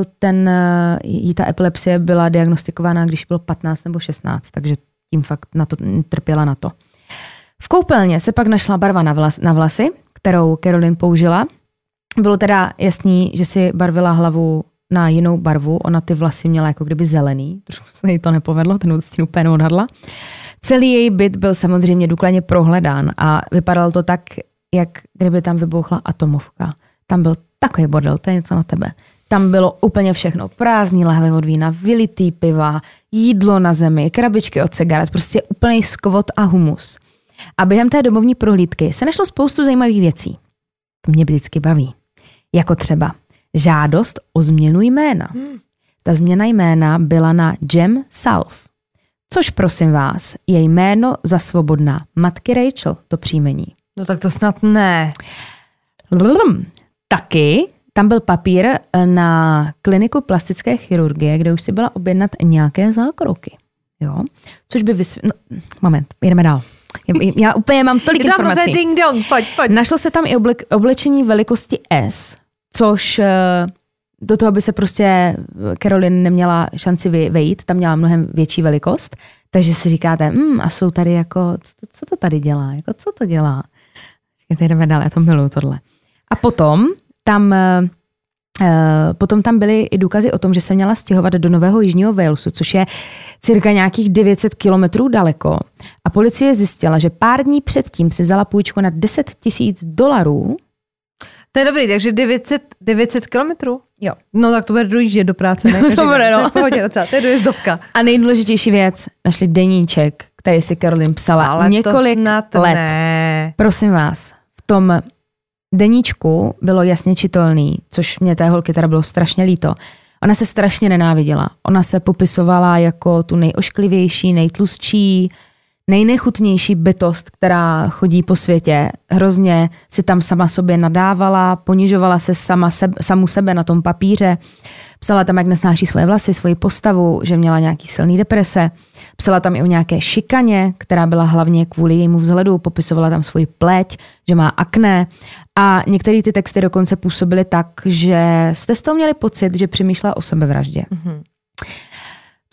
jí ta epilepsie byla diagnostikována, když bylo 15 nebo 16, takže tím fakt trpěla na to. V koupelně se pak našla barva na vlasy, kterou Karolin použila. Bylo teda jasný, že si barvila hlavu na jinou barvu, ona ty vlasy měla jako kdyby zelený, trošku se jí to nepovedlo, ten odstín úplně neodhadla. Celý její byt byl samozřejmě důkladně prohledán a vypadalo to tak, jak kdyby tam vybouchla atomovka. Tam byl takový bordel, to je něco na tebe. Tam bylo úplně všechno, prázdný lahve od vína, vylitý piva, jídlo na zemi, krabičky od cigaret, prostě úplný skvot a humus. A během té domovní prohlídky se našlo spoustu zajímavých věcí. To mě vždycky baví. Jako třeba žádost o změnu jména. Ta změna jména byla na Jem Salve, což prosím vás je jméno za svobodná matky Rachel, to příjmení. No tak to snad ne. Taky tam byl papír na kliniku plastické chirurgie, kde už si byla objednat nějaké zákroky. Jo? Což by moment, jdeme dál. Já úplně mám tolik informací. Ding dong, pojď. Našlo se tam i oblečení velikosti S, což do toho by se prostě Karolin neměla šanci vejít, tam měla mnohem větší velikost, takže si říkáte, a jsou tady jako, co to tady dělá, jako co to dělá? Teď jdeme dál, já to miluju tohle. A potom tam byly i důkazy o tom, že se měla stěhovat do Nového Jižního Walesu, což je cirka nějakých 900 kilometrů daleko. A policie zjistila, že pár dní předtím si vzala půjčku na $10,000. To je dobrý, takže 900 kilometrů? Jo. No tak to bude dojíždět do práce, ne? Dobré, no. To je v pohodě docela, to je dojezdovka. A nejdůležitější věc, našli deníček, který si Karolin psala ale několik let. Ne. Prosím vás, v tom deníčku bylo jasně čitelný, což mě té holky teda bylo strašně líto. Ona se strašně nenáviděla. Ona se popisovala jako tu nejošklivější, nejtlustší, nejnechutnější bytost, která chodí po světě. Hrozně si tam sama sobě nadávala, ponižovala se samu sebe na tom papíře. Psala tam, jak nesnáší svoje vlasy, svoji postavu, že měla nějaký silný deprese. Psala tam i o nějaké šikaně, která byla hlavně kvůli jejímu vzhledu. Popisovala tam svoji pleť, že má akné. A některé ty texty dokonce působily tak, že jste z toho měli pocit, že přemýšlela o sebevraždě.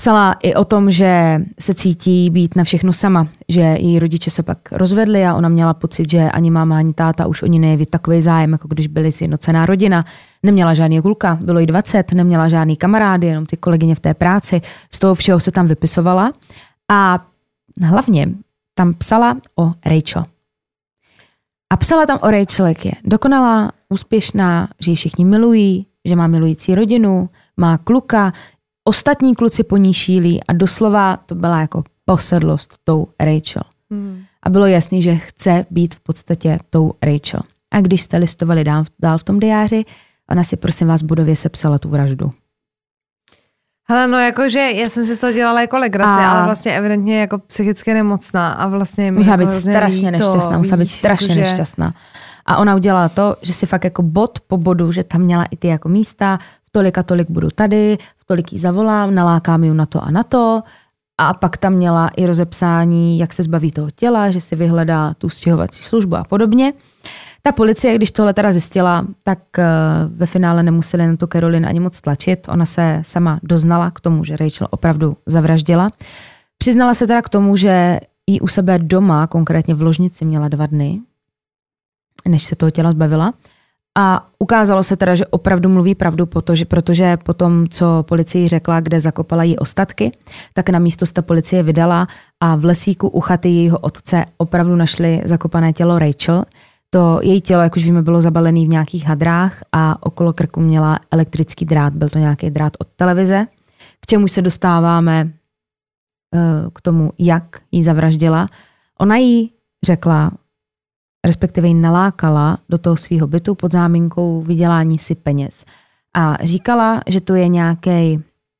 Psala i o tom, že se cítí být na všechno sama, že její rodiče se pak rozvedli a ona měla pocit, že ani máma, ani táta už o ní nejeví takový zájem, jako když byli sjednocená rodina. Neměla žádný kluka, bylo jí 20, neměla žádný kamarády, jenom ty kolegyně v té práci. Z toho všeho se tam vypisovala a hlavně tam psala o Rachel. A psala tam o Rachel, jak je dokonalá, úspěšná, že ji všichni milují, že má milující rodinu, má kluka, ostatní kluci po ní šílí a doslova to byla jako posedlost tou Rachel. A bylo jasný, že chce být v podstatě tou Rachel. A když jste listovali dál v tom diáři, ona si prosím vás budově sepsala tu vraždu. Hele, no jakože já jsem si z toho dělala jako legraci, ale vlastně evidentně jako psychicky nemocná a vlastně musela být strašně nešťastná, musela být strašně nešťastná. A ona udělala to, že si fakt jako bod po bodu, že tam měla i ty jako místa, v tolik a tolik budu tady, v tolik jí zavolám, nalákám ju na to a na to. A pak tam měla i rozepsání, jak se zbaví toho těla, že si vyhledá tu stěhovací službu a podobně. Ta policie, když tohle teda zjistila, tak ve finále nemuseli na to Caroline ani moc tlačit. Ona se sama doznala k tomu, že Rachel opravdu zavraždila. Přiznala se teda k tomu, že jí u sebe doma, konkrétně v ložnici, měla 2 dny, než se toho těla zbavila. A ukázalo se teda, že opravdu mluví pravdu, protože po tom, co policii řekla, kde zakopala jí ostatky, tak na místo ta policie vydala a v lesíku u chaty jejího otce opravdu našli zakopané tělo Rachel. To její tělo, jak už víme, bylo zabalené v nějakých hadrách a okolo krku měla elektrický drát. Byl to nějaký drát od televize, k čemu se dostáváme k tomu, jak jí zavraždila. Ona jí řekla, respektive ji nalákala do toho svého bytu pod záminkou vydělání si peněz. A říkala, že to je nějaký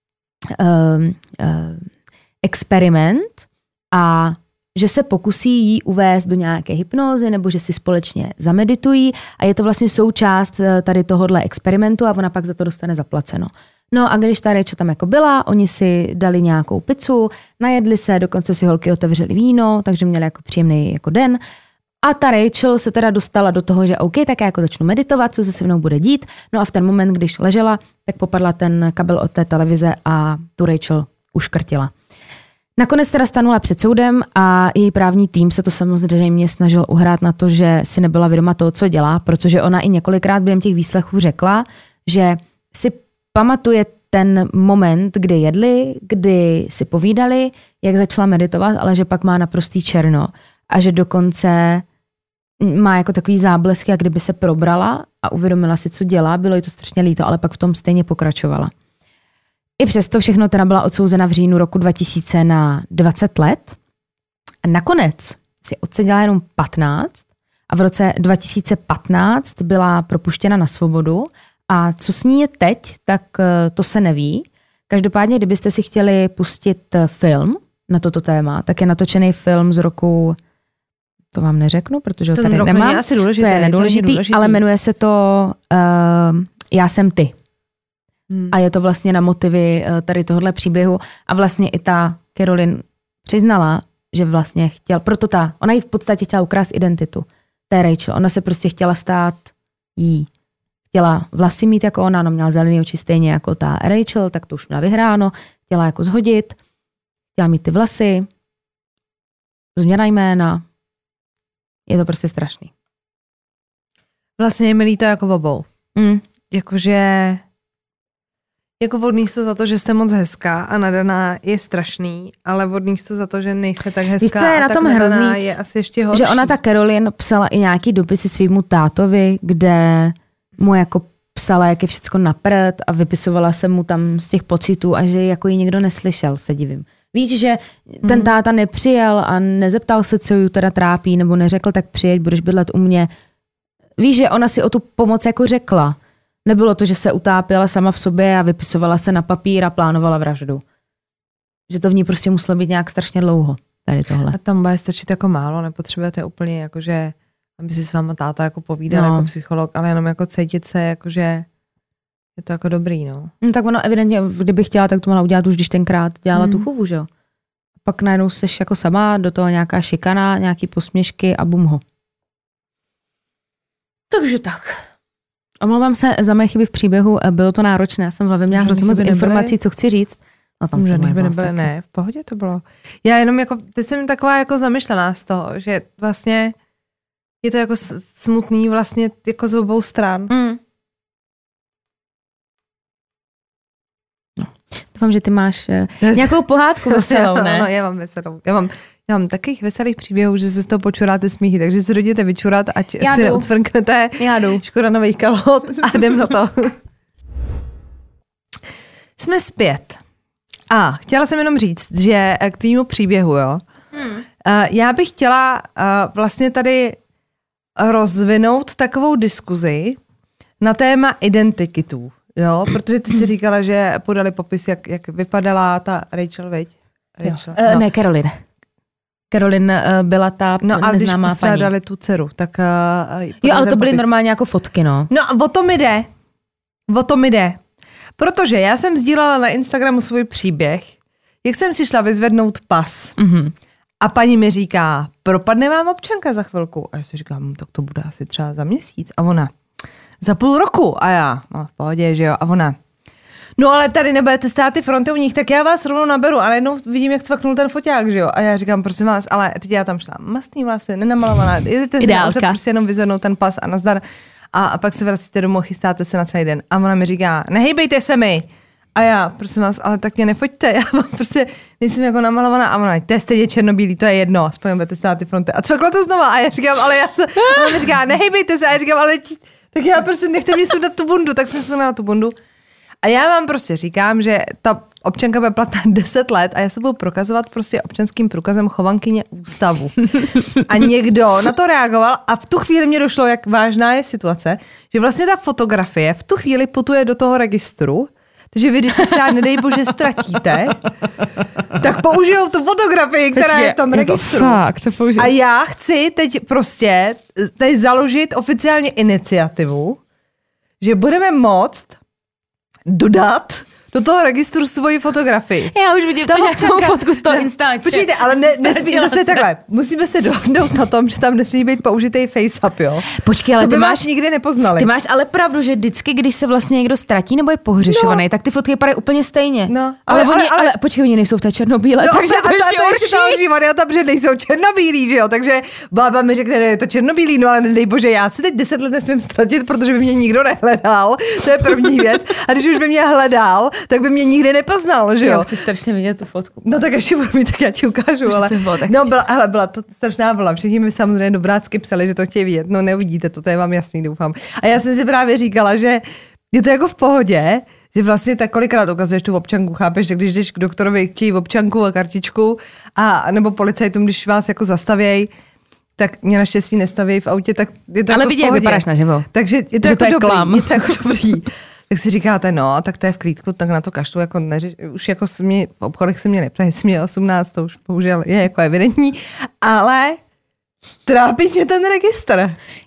experiment a že se pokusí jí uvést do nějaké hypnózy nebo že si společně zameditují a je to vlastně součást tady tohohle experimentu a ona pak za to dostane zaplaceno. No a když ta Rachel tam jako byla, oni si dali nějakou pizzu, najedli se, dokonce si holky otevřeli víno, takže měli jako příjemný jako den. A ta Rachel se teda dostala do toho, že OK, tak já jako začnu meditovat, co se se mnou bude dít. No a v ten moment, když ležela, tak popadla ten kabel od té televize a tu Rachel uškrtila. Nakonec teda stanula před soudem a její právní tým se to samozřejmě snažil uhrát na to, že si nebyla vědoma toho, co dělá, protože ona i několikrát během těch výslechů řekla, že si pamatuje ten moment, kdy jedli, kdy si povídali, jak začala meditovat, ale že pak má naprostý černo a že dokonce má jako takový záblesky, jak kdyby se probrala a uvědomila si, co dělá, bylo jí to strašně líto, ale pak v tom stejně pokračovala. I přesto všechno teda byla odsouzena v říjnu roku 2000 na 20 let. A nakonec si odseděla jenom 15 a v roce 2015 byla propuštěna na svobodu. A co s ní je teď, tak to se neví. Každopádně, kdybyste si chtěli pustit film na toto téma, tak je natočený film z roku, to vám neřeknu, protože ho tady nemám. Asi důležitý, to je nedůležitý, ale jmenuje se to Já jsem ty. A je to vlastně na motivy tady tohohle příběhu. A vlastně i ta Caroline přiznala, že vlastně ona jí v podstatě chtěla ukrást identitu té Rachel. Ona se prostě chtěla stát jí. Chtěla vlasy mít jako ona měla zelený oči stejně jako ta Rachel, tak to už měla vyhráno. Chtěla jako zhodit, chtěla mít ty vlasy, změna jména. Je to prostě strašný. Vlastně je mi líto jako obou. Jakože jako vodný to za to, že jste moc hezká a nadaná je strašný, ale vodný to za to, že nejste tak hezká. Víš, co je na tom hrozný, je asi ještě horší. Že ona ta Caroline psala i nějaký dopisy svýmu tátovi, kde mu jako psala, jak je všecko na prd a vypisovala se mu tam z těch pocitů a že jako ji nikdo neslyšel, se divím. Víš, že ten táta nepřijel a nezeptal se, co ji teda trápí, nebo neřekl, tak přijeď, budeš bydlet u mě. Víš, že ona si o tu pomoc jako řekla. Nebylo to, že se utápěla sama v sobě a vypisovala se na papír a plánovala vraždu. Že to v ní prostě muselo být nějak strašně dlouho, tady tohle. A tam bude stačit jako málo, nepotřebujete úplně jakože, aby si s váma táta jako povídal jako psycholog, ale jenom jako cítit se, jakože je to jako dobrý, no. Tak ono evidentně, kdyby chtěla, tak to mohla udělat už, když tenkrát dělala tu chůvu, že jo. Pak najednou seš jako sama, do toho nějaká šikana, nějaký posměšky a bum ho. Takže tak. Omlouvám se za mé chyby v příběhu, bylo to náročné, já jsem v hlavě měla hrozně moc informací, co chci říct. A tam to nebyly, ne, v pohodě to bylo. Já jenom jako, teď jsem taková jako zamyšlená z toho, že vlastně je to jako smutný vlastně jako z obou stran. Doufám, že ty máš nějakou pohádku veselou, ne? No, já mám veselou. Já mám takových veselých příběhů, že se z toho počuráte smíchy, takže se jděte vyčurat, ať si neodsvrknete. Já jdu. Škoda nových kalhot a jdem na to. Jsme zpět. A chtěla jsem jenom říct, že k tvýmu příběhu, jo. Já bych chtěla vlastně tady rozvinout takovou diskuzi na téma identikitů, jo, protože ty si říkala, že podali popis, jak vypadala ta Rachel, veď? Rachel? No. Ne, Caroline byla ta neznámá paní. No a když postrádali tu dceru, tak... jo, ale to byly normálně jako fotky, no. No a o to mi jde. Protože já jsem sdílela na Instagramu svůj příběh, jak jsem si šla vyzvednout pas. A paní mi říká, propadne vám občanka za chvilku. A já si říkám, tak to bude asi třeba za měsíc. A ona, za půl roku. A já, no v pohodě, že jo. A ona, no ale tady nebudete stát ty fronty u nich, tak já vás rovnou naberu. A najednou vidím, jak cvaknul ten foťák, že jo. A já říkám, prosím vás, ale teď já tam šla mastný vlasy, nenamalovaná. Jdete si na úřad prostě jenom vyzvednout ten pas a nazdar. A pak se vracíte domů, chystáte se na celý den. A ona mi říká, nehejbejte se mi. A já, prosím vás, ale tak mě nefoďte, já vám prostě nejsem jako namalovaná. A ona, to je stejně černobílý, to je jedno, aspoň budete stát ty fronty. A cvaklo to znova. A já říkám, ale ona mi říká, nehejbejte se. A já říkám, ale tak já prostě nechte mě sundat tu bundu. Tak jsem sundala tu bundu. A já vám prostě říkám, že ta občanka bude platná 10 let a já se budu prokazovat prostě občanským průkazem chovankyně ústavu. A někdo na to reagoval a v tu chvíli mě došlo, jak vážná je situace, že vlastně ta fotografie v tu chvíli putuje do toho registru, takže vy, když se třeba, nedej bože, ztratíte, tak použijou tu fotografii, která je v tom registru. Fakt, a já chci teď prostě založit oficiálně iniciativu, že budeme moct dodat do toho registru svoji fotografii. Já už vidím to nějakou fotku z toho Instače. Počkejte, ale nesmí zase takhle. Musíme se dohodnout na tom, že tam nesmí být použitej face-up, jo? Počkej, ale to by máš nikdy nepoznali. Ty máš ale pravdu, že vždycky, když se vlastně někdo ztratí nebo je pohřešovaný, tak ty fotky vypadají úplně stejně. No, ale počkej, oni nejsou v té černobílé, no, takže to ještě horší. Varianta, protože nejsou černobílí, že jo? Takže bába mi řekne, je to černobílí, no ale nedej bože, já si teď 10 let nesmím ztratit, protože by mě nikdo nehledal. To je první věc. A když už by mě hledal, tak by mě nikdy nepoznal, že jo? Já chci strašně vidět tu fotku. No tak až ji budu mít, tak já ti ukážu, ale byla to strašná vlna. Všichni mi samozřejmě dobrácky psali, že to chtějí vidět. No neuvidíte to je vám jasný, doufám. A já jsem si právě říkala, že je to jako v pohodě, že vlastně tak kolikrát ukazuješ tu občanku, chápeš, že když jdeš k doktorovi, chtějí občanku a kartičku a nebo policajtům, když vás jako zastavějí, tak mě naštěstí nestavějí v autě, tak je to ale jako vidí, jak vypadáš naživo. Takže je to, jako dobrý, je to jako dobrý. Tak si říkáte, no, tak to je v klídku, tak na to kašlu, jako už jako v obchodech se mě neptají, jestli mě 18, to už bohužel je jako evidentní, ale trápí mě ten registr.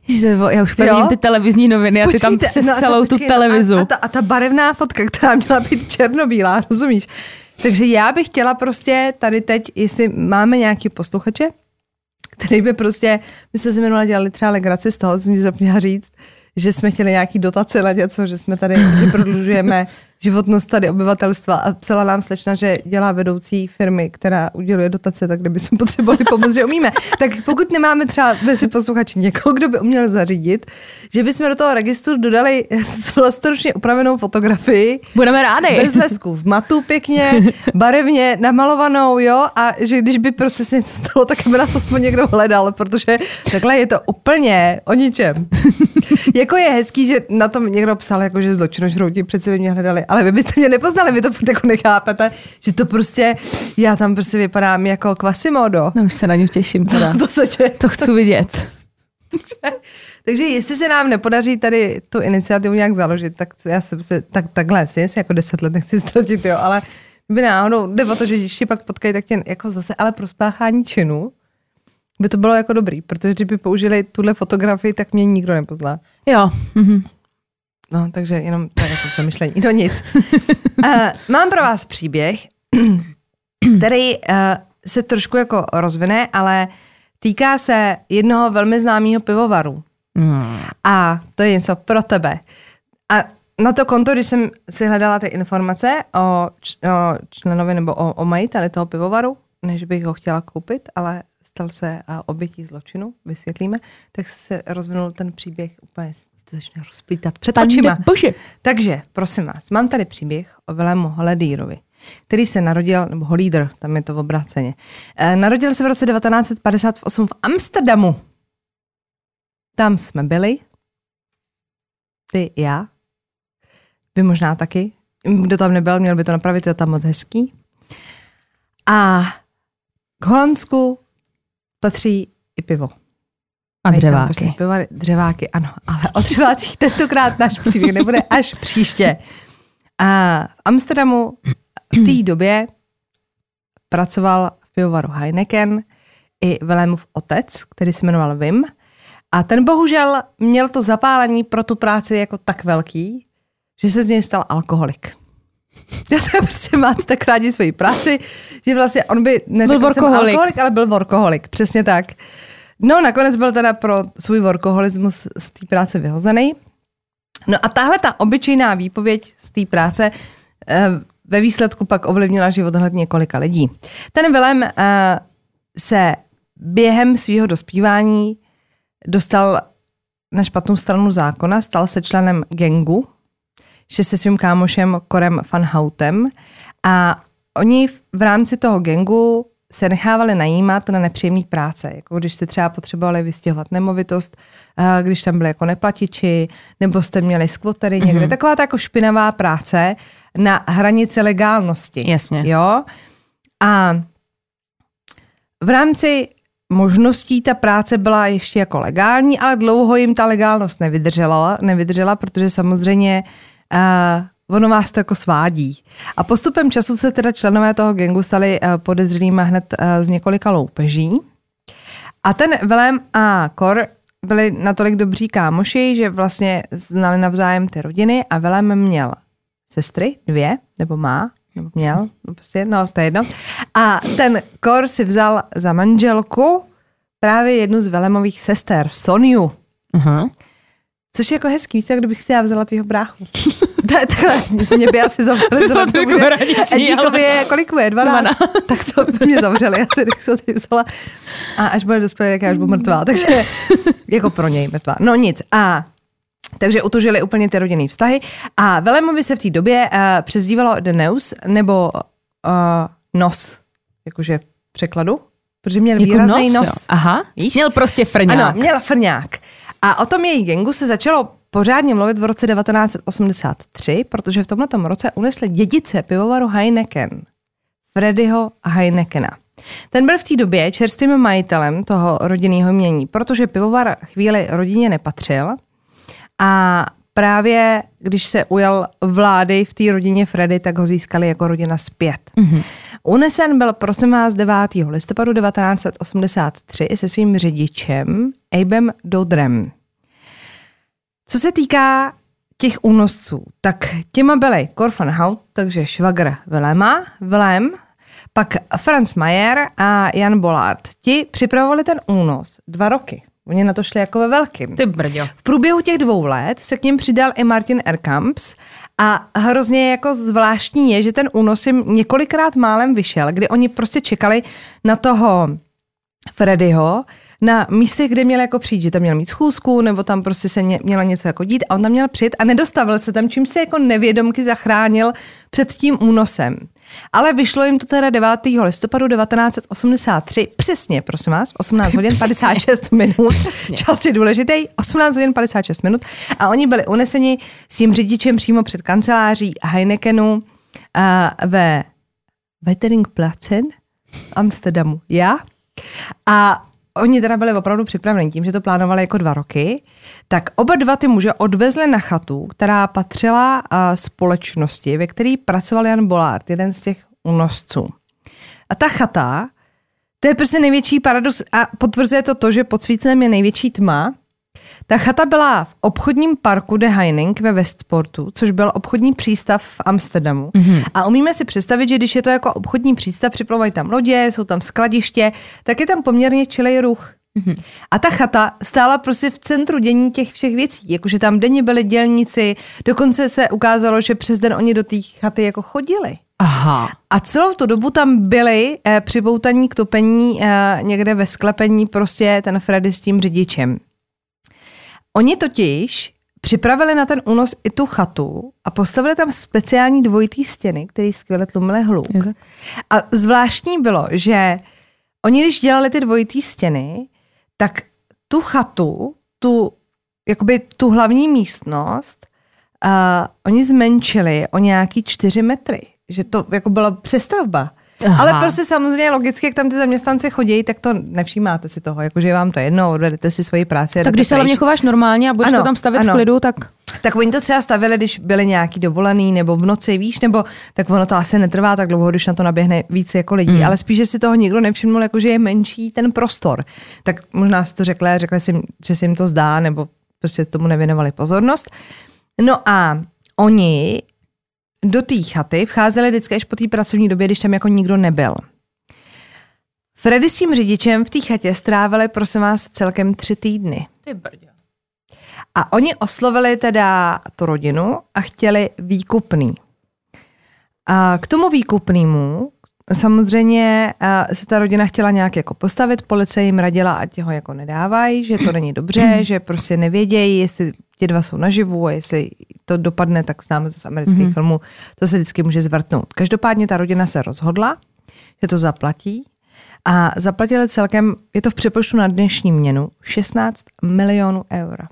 Já už vidím ty televizní noviny a ty tam přes celou tu televizu. A ta barevná fotka, která měla být černobílá, rozumíš? Takže já bych chtěla prostě tady teď, jestli máme nějaký posluchače, který by prostě, my jsme si minule dělali třeba legraci z toho, co mi zapomněla říct, že jsme chtěli nějaký dotace na něco, že jsme tady, že prodlužujeme životnost tady obyvatelstva a psala nám slečna, že dělá vedoucí firmy, která uděluje dotace, tak kdybychom potřebovali pomoct, že umíme. Tak pokud nemáme třeba mezi posluchači někoho, kdo by uměl zařídit, že bychom do toho registru dodali vlastnoručně upravenou fotografii. Budeme rádi. Bez lesků, v matu pěkně, barevně namalovanou, jo, a že když by prostě se něco stalo, tak by nás aspoň někdo hledal, protože takhle je to úplně o ničem. Jako je hezký, že na tom někdo psal, jako, že zločinožrouti přece by mě hledali, ale vy byste mě nepoznali, vy to jako nechápete, že to prostě, já tam prostě vypadám jako Quasimodo. No už se na ně těším teda. To chci vidět. Takže jestli se nám nepodaří tady tu iniciativu nějak založit, tak já jsem se takhle si jako 10 let nechci ztratit, jo, ale by náhodou, jde o to, že když ti pak potkají, tak tě jako zase, ale pro spáchání činu, by to bylo jako dobrý, protože když by použili tuhle fotografii, tak mě nikdo nepozná. Jo. Mhm. No, takže jenom to je jako zamyšlení. No nic. Mám pro vás příběh, který se trošku jako rozvine, ale týká se jednoho velmi známého pivovaru. A to je něco pro tebe. A na to konto, když jsem si hledala ty informace o členovi nebo o majiteli toho pivovaru, než bych ho chtěla koupit, ale stal se obětí zločinu, vysvětlíme, tak se rozvinul ten příběh úplně to začne rozplítat před očima. Takže, prosím vás, mám tady příběh o Wilhelmu Hollederovi, který se narodil, nebo Holleder, tam je to v obráceně, narodil se v roce 1958 v Amsterdamu. Tam jsme byli, ty, já, vy možná taky. Kdo tam nebyl, měl by to napravit, je to tam moc hezký. A k Holandsku patří i pivo. A dřeváky. Dřeváky, ano, ale o dřevácích tentokrát náš příběh nebude až příště. A v Amsterdamu v té době pracoval v pivovaru Heineken i Wilhelmův otec, který se jmenoval Wim. A ten bohužel měl to zapálení pro tu práci jako tak velký, že se z něj stal alkoholik. Já to prostě máte tak rádi svoji práci, že vlastně on by neřekl jsem alkoholik, ale byl workoholik, přesně tak. No nakonec byl teda pro svůj workoholismus z té práce vyhozený. No a tahle ta obyčejná výpověď z té práce ve výsledku pak ovlivnila život hned několika lidí. Ten Wilhelm se během svého dospívání dostal na špatnou stranu zákona, stal se členem gangu, že se svým kámošem Corem van Houtem a oni v rámci toho gangu se nechávali najímat na nepříjemné práce, jako když jste třeba potřebovali vystěhovat nemovitost, když tam byli jako neplatiči, nebo jste měli squattery někde. Taková ta jako špinavá práce na hranici legálnosti. Jasně. Jo? A v rámci možností ta práce byla ještě jako legální, ale dlouho jim ta legálnost nevydržela, protože samozřejmě ono vás to jako svádí. A postupem času se teda členové toho gangu stali podezřelými hned z několika loupeží. A ten Wilhelm a Cor byli natolik dobří kámoši, že vlastně znali navzájem ty rodiny a Wilhelm měl sestry, 2, nebo má, nebo měl, prostě, no to je jedno. A ten Cor si vzal za manželku právě jednu z Wilhelmových sester, Soniu. Což je jako hezký, víš, kdybych si já vzala tvýho bráchu. Takhle, mě by asi zavřeli vzhledem tomu, že Edíkovi je, kolik mu je, 12? Tak to by mě zavřeli, asi kdybych se ty vzala. A až bude dospělý, tak já už budu mrtvá, takže jako pro něj mrtvá. No nic. A takže utužili úplně ty rodinný vztahy. A Wilhelmovi se v té době přezdívalo The Nose, nebo nos, jakože v překladu, protože měl jako výrazný nos. Aha, víš? Měl prostě frňák. Ano, měl frňák. A o tom její gangu se začalo pořádně mluvit v roce 1983, protože v tomhletom roce unesli dědice pivovaru Heineken, Freddyho Heinekena. Ten byl v té době čerstvým majitelem toho rodinného jmění, protože pivovar chvíli rodině nepatřil a právě když se ujal vlády v té rodině Freddy, tak ho získali jako rodina zpět. Unesen byl prosím vás 9. listopadu 1983 se svým řidičem Abem Dodrem. Co se týká těch únosců, tak těma byli Cor van Hout, takže švagr Wilhelm, pak Franz Mayer a Jan Bollard. Ti připravovali ten únos 2 roky. Oni na to šli jako ve velkým. Ty brďo. V průběhu těch 2 let se k ním přidal i Martin Erkamps a hrozně jako zvláštní je, že ten únos jim několikrát málem vyšel, kdy oni prostě čekali na toho Freddyho na místech, kde měl jako přijít, že tam měl mít schůzku, nebo tam prostě se mělo něco jako dít a on tam měl přijít a nedostavil se tam, čím se jako nevědomky zachránil před tím únosem. Ale vyšlo jim to teda 9. listopadu 1983, přesně, prosím vás, 18 hodin 56 minut. Čas je důležitý, 18 hodin 56 minut. A oni byli uneseni s tím řidičem přímo před kanceláří Heinekenu ve Wetteringplatzen v Amsterdamu. A oni teda byli opravdu připraveni tím, že to plánovali jako 2 roky, tak oba dva ty muže odvezli na chatu, která patřila společnosti, ve které pracoval Jan Bollard, jeden z těch únosců. A ta chata, to je prostě největší paradox a potvrzuje to, že pod svícnem je největší tma. Ta chata byla v obchodním parku De Heining ve Westportu, což byl obchodní přístav v Amsterdamu. A umíme si představit, že když je to jako obchodní přístav, připlouvají tam lodě, jsou tam skladiště, tak je tam poměrně čilej ruch. A ta chata stála prostě v centru dění těch všech věcí. Jakože tam denně byli dělníci, dokonce se ukázalo, že přes den oni do té chaty jako chodili. Aha. A celou tu dobu tam byli připoutaní k topení někde ve sklepení prostě ten Freddy s tím řidičem. Oni totiž připravili na ten únos i tu chatu a postavili tam speciální dvojitý stěny, které skvěle tlumily hluk. A zvláštní bylo, že oni, když dělali ty dvojitý stěny, tak tu chatu, tu hlavní místnost, oni zmenšili o nějaký 4 metry. Že to jako byla přestavba. Aha. Ale prostě samozřejmě logicky, jak tam ty zaměstnanci chodí, tak to nevšímáte si toho, jakože je vám to jedno, odvedete si svoji práci. Tak když se hlavně chováš normálně a budeš to tam stavět v klidu, tak... Tak oni to třeba stavili, když byli nějaký dovolený nebo v noci, víš, nebo tak ono to asi netrvá tak dlouho, když na to naběhne víc jako lidí, ale spíš, že si toho nikdo nevšimnul, jakože je menší ten prostor. Tak možná si to řekli si, že si jim to zdá, nebo prostě tomu nevěnovali pozornost. No a oni do té chaty vcházeli vždycky až po té pracovní době, když tam jako nikdo nebyl. Freddy s tím řidičem v té chatě strávili, prosím vás, celkem 3 týdny. Ty brdě. A oni oslovili teda tu rodinu a chtěli výkupný. A k tomu výkupnému samozřejmě se ta rodina chtěla nějak jako postavit, policie jim radila, ať ho jako nedávají, že to není dobře, že prostě nevědějí, jestli ti dva jsou naživu a jestli to dopadne, tak známe to z amerických filmů, to se vždycky může zvrtnout. Každopádně ta rodina se rozhodla, že to zaplatí a zaplatili celkem, je to v přepočtu na dnešní měnu, 16 milionů eur.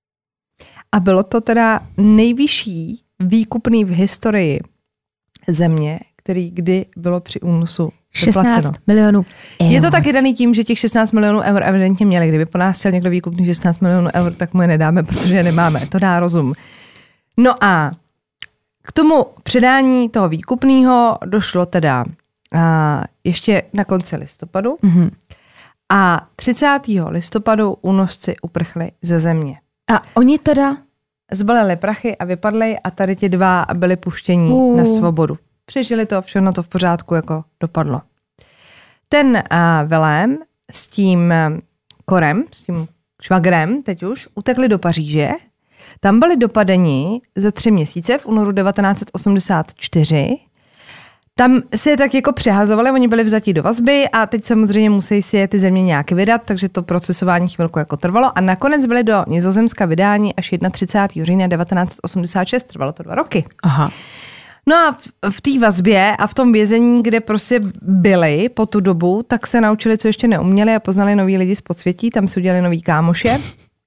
A bylo to teda nejvyšší výkupný v historii země, který kdy bylo při únosu 16 milionů eur. Je to taky daný tím, že těch 16 milionů eur evidentně měli. Kdyby po nás chtěl někdo výkupný 16 milionů eur, tak mu je nedáme, protože je nemáme. To dá rozum. No a k tomu předání toho výkupného došlo teda ještě na konci listopadu. A 30. listopadu únosci uprchli ze země. A oni teda zbalili prachy a vypadli a tady ti dva byli puštění na svobodu. Přežili to, všechno to v pořádku jako dopadlo. Ten Velém s tím Korem, s tím švagrem teď už, utekli do Paříže. Tam byli dopadeni za 3 měsíce v únoru 1984. Tam si je tak jako přehazovali, oni byli vzatí do vazby a teď samozřejmě musí si je ty země nějak vydat, takže to procesování chvilku jako trvalo a nakonec byli do Nizozemska vydáni až 31. října 1986, trvalo to 2 roky. Aha. No a v té vazbě a v tom vězení, kde prostě byli po tu dobu, tak se naučili, co ještě neuměli a poznali nový lidi z podsvětí, tam si udělali nový kámoše.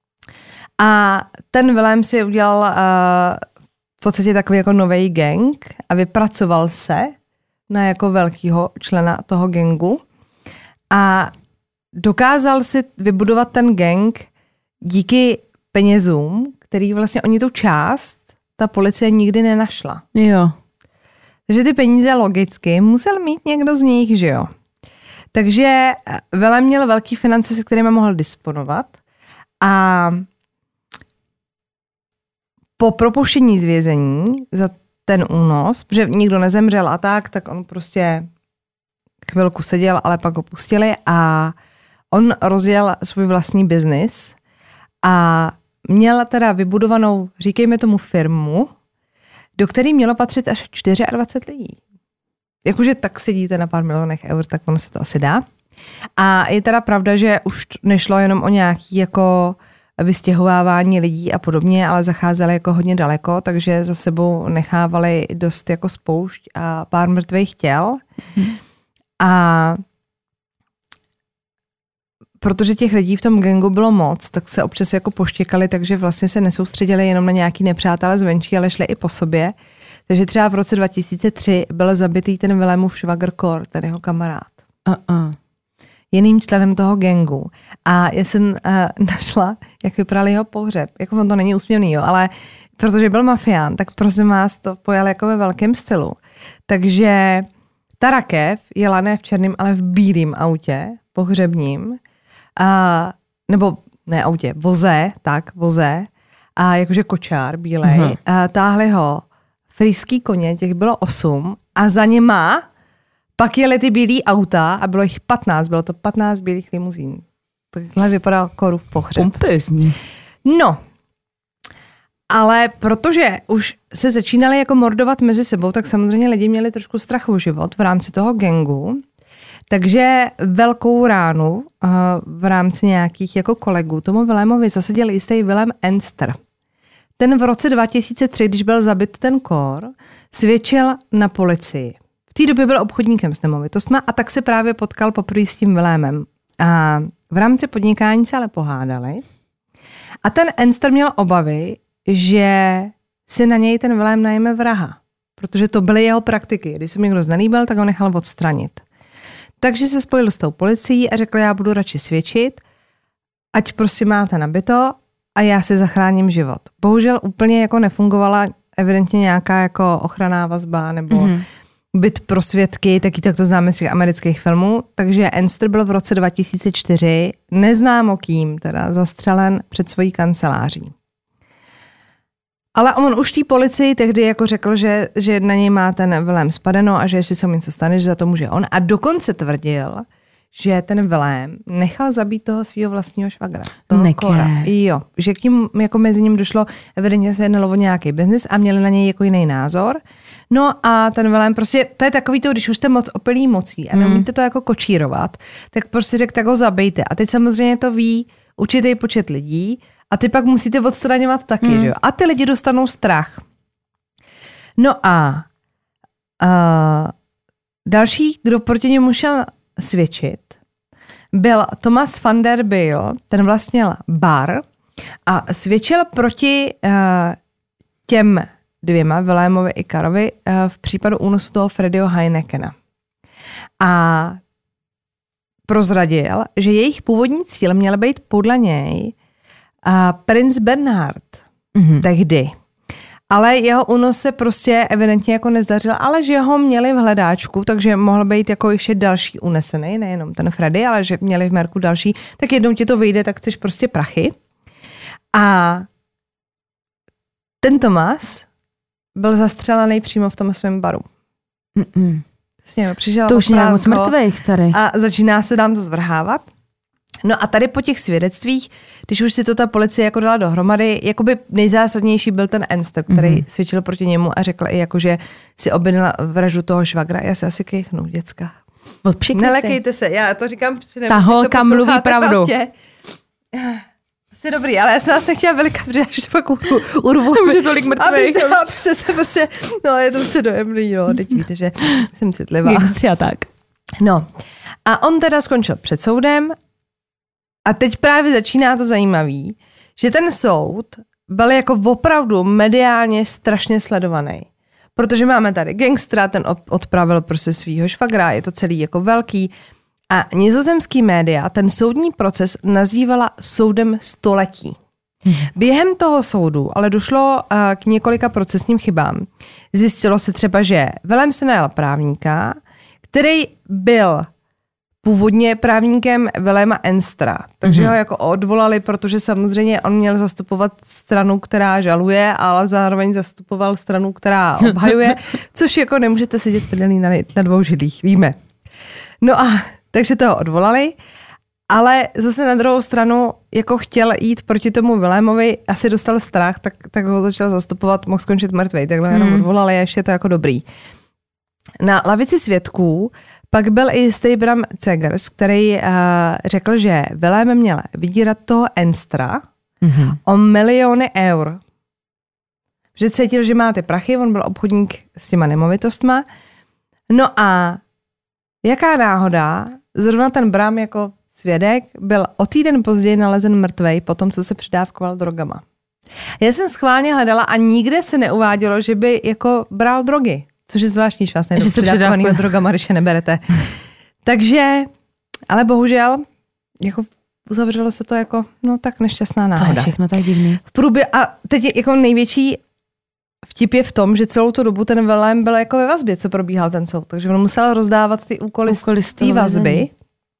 A ten Vilém si udělal v podstatě takový jako nový gang a vypracoval se na jako velkýho člena toho gangu a dokázal si vybudovat ten gang díky penězům, který vlastně oni tu část ta policie nikdy nenašla. Jo. Takže ty peníze logicky musel mít někdo z nich, že jo. Takže Velém měl velký finance, se kterými mohl disponovat a po propuštění z vězení za ten únos, protože nikdo nezemřel a tak on prostě chvilku seděl, ale pak ho pustili a on rozjel svůj vlastní biznis a měl teda vybudovanou, říkejme tomu, firmu, do které mělo patřit až 24 lidí. Jakože tak sedíte na pár milionech eur, tak ono se to asi dá. A je teda pravda, že už nešlo jenom o nějaký jako vystěhovávání lidí a podobně, ale zacházeli jako hodně daleko, takže za sebou nechávali dost jako spoušť a pár mrtvých těl. A protože těch lidí v tom gangu bylo moc, tak se občas jako poštěkali, takže vlastně se nesoustředili jenom na nějaký nepřátelé zvenčí, ale šli i po sobě. Takže třeba v roce 2003 byl zabitý ten Vilémův švagr Kor, ten jeho kamarád. Jiným členem toho gangu. A já jsem našla, jak vypadal jeho pohřeb. Jako on to není úsměvný, jo, ale protože byl mafián, tak prosím vás to pojal jako ve velkém stylu. Takže ta rakev jela ne v černém, ale v bílém autě, pohřebním, nebo ne autě, voze, a jakože kočár bílej, táhli ho frýský koně, těch bylo 8 a za něma pak jeli ty bílý auta a bylo jich 15, bylo to 15 bílých limuzín. Takhle vypadal Korův pohřeb. Pompezní. No, ale protože už se začínali jako mordovat mezi sebou, tak samozřejmě lidi měli trošku strach o život v rámci toho gangu. Takže velkou ránu v rámci nějakých jako kolegů tomu Wilhelmovi zasadil jistý Wilhelm Enster. Ten v roce 2003, když byl zabit ten Kor, svědčil na policii. V té době byl obchodníkem s nemovitostmi a tak se právě potkal poprvé s tím Wilhelmem. A v rámci podnikání se ale pohádali. A ten Enster měl obavy, že si na něj ten Wilhelm najme vraha. Protože to byly jeho praktiky. Když se mi někdo znelíbil, tak ho nechal odstranit. Takže se spojil s tou policií a řekl, já budu radši svědčit, ať prostě máte nabito a já si zachráním život. Bohužel úplně jako nefungovala evidentně nějaká jako ochranná vazba nebo byt pro svědky, taky tak to známe z těch amerických filmů. Takže Enster byl v roce 2004 neznámo kým teda zastřelen před svojí kanceláří. Ale on už té policii tehdy jako řekl, že na něj má ten Wilhelm spadeno a že jestli se mu něco stane, že za to může on. A dokonce tvrdil, že ten Wilhelm nechal zabít toho svého vlastního švagra. Toho Kora. Jo, že k tím, jako mezi ním došlo, evidentně se jednalo o nějaký biznis a měli na něj jako jiný názor. No a ten Wilhelm prostě, to je takový to, když už jste moc opilý mocí a neumíte to jako kočírovat, tak prostě řekl, tak ho zabijte. A teď samozřejmě to ví určitý počet lidí, a ty pak musíte odstraňovat taky, že jo? A ty lidi dostanou strach. No a další, kdo proti němu šel svědčit, byl Thomas van der Bijl, ten vlastnil bar a svědčil proti těm dvěma, Wilhelmovi i Karovi, v případu únosu toho Freddyho Heinekena. A prozradil, že jejich původní cíl měl být podle něj princ Bernhard tehdy. Ale jeho únos se prostě evidentně jako nezdařil, ale že ho měli v hledáčku, takže mohl být jako ještě další unesený, nejenom ten Freddy, ale že měli v merku další, tak jednou ti to vyjde, tak chceš prostě prachy. A ten Thomas byl zastřelený přímo v tom svém baru. Přišel to už nějak moc mrtvých tady. A začíná se nám to zvrhávat. No a tady po těch svědectvích, když už si to ta policie jako dala dohromady, jakoby nejzásadnější byl ten Enster, který svědčil proti němu a řekl i jako, že si objednala vraždu toho švagra. Já se asi kejchnu, děcka. Nelekejte se, já to říkám. Ta holka mluví pravdu. Jsi dobrý, ale já jsem vás nechtěla veliká, protože až to pak urvu. Už je tolik mrtvých. Aby se prostě, no je to se dojemný, no, teď víte, že jsem citlivá. Jak tak. No a on teda skončil před soudem. A teď právě začíná to zajímavý, že ten soud byl jako opravdu mediálně strašně sledovaný. Protože máme tady gangstra, ten odpravil prostě svýho švagra, je to celý jako velký. A nizozemský média ten soudní proces nazývala soudem století. Během toho soudu ale došlo k několika procesním chybám. Zjistilo se třeba, že Wilhelm si najal právníka, který byl původně právníkem Wilhelma Enstera. Takže ho jako odvolali, protože samozřejmě on měl zastupovat stranu, která žaluje, ale zároveň zastupoval stranu, která obhajuje, což jako nemůžete sedět pedelí na dvou židlích, víme. No a takže toho odvolali, ale zase na druhou stranu jako chtěl jít proti tomu Wilhelmovi, asi dostal strach, tak ho začal zastupovat, mohl skončit mrtvej, takhle jenom odvolali a ještě je to jako dobrý. Na lavici svědků pak byl i jistý Bram Zegers, který řekl, že Wilhelm měl vydírat toho Enstera o miliony eur. Že cítil, že má ty prachy, on byl obchodník s těma nemovitostma. No a jaká náhoda, zrovna ten Bram jako svědek byl o týden později nalezen mrtvej po tom, co se přidávkoval drogama. Já jsem schválně hledala a nikde se neuvádělo, že by jako bral drogy. Což je zvláštní, že vás nejde přidávkovanýho drogama, když je neberete. Takže, ale bohužel, jako uzavřelo se to jako, no tak nešťastná náhoda. To je všechno tak divný. A teď je jako největší vtip je v tom, že celou tu dobu ten Wilhelm byl jako ve vazbě, co probíhal ten soud. Takže on musel rozdávat ty úkoly z té vazby.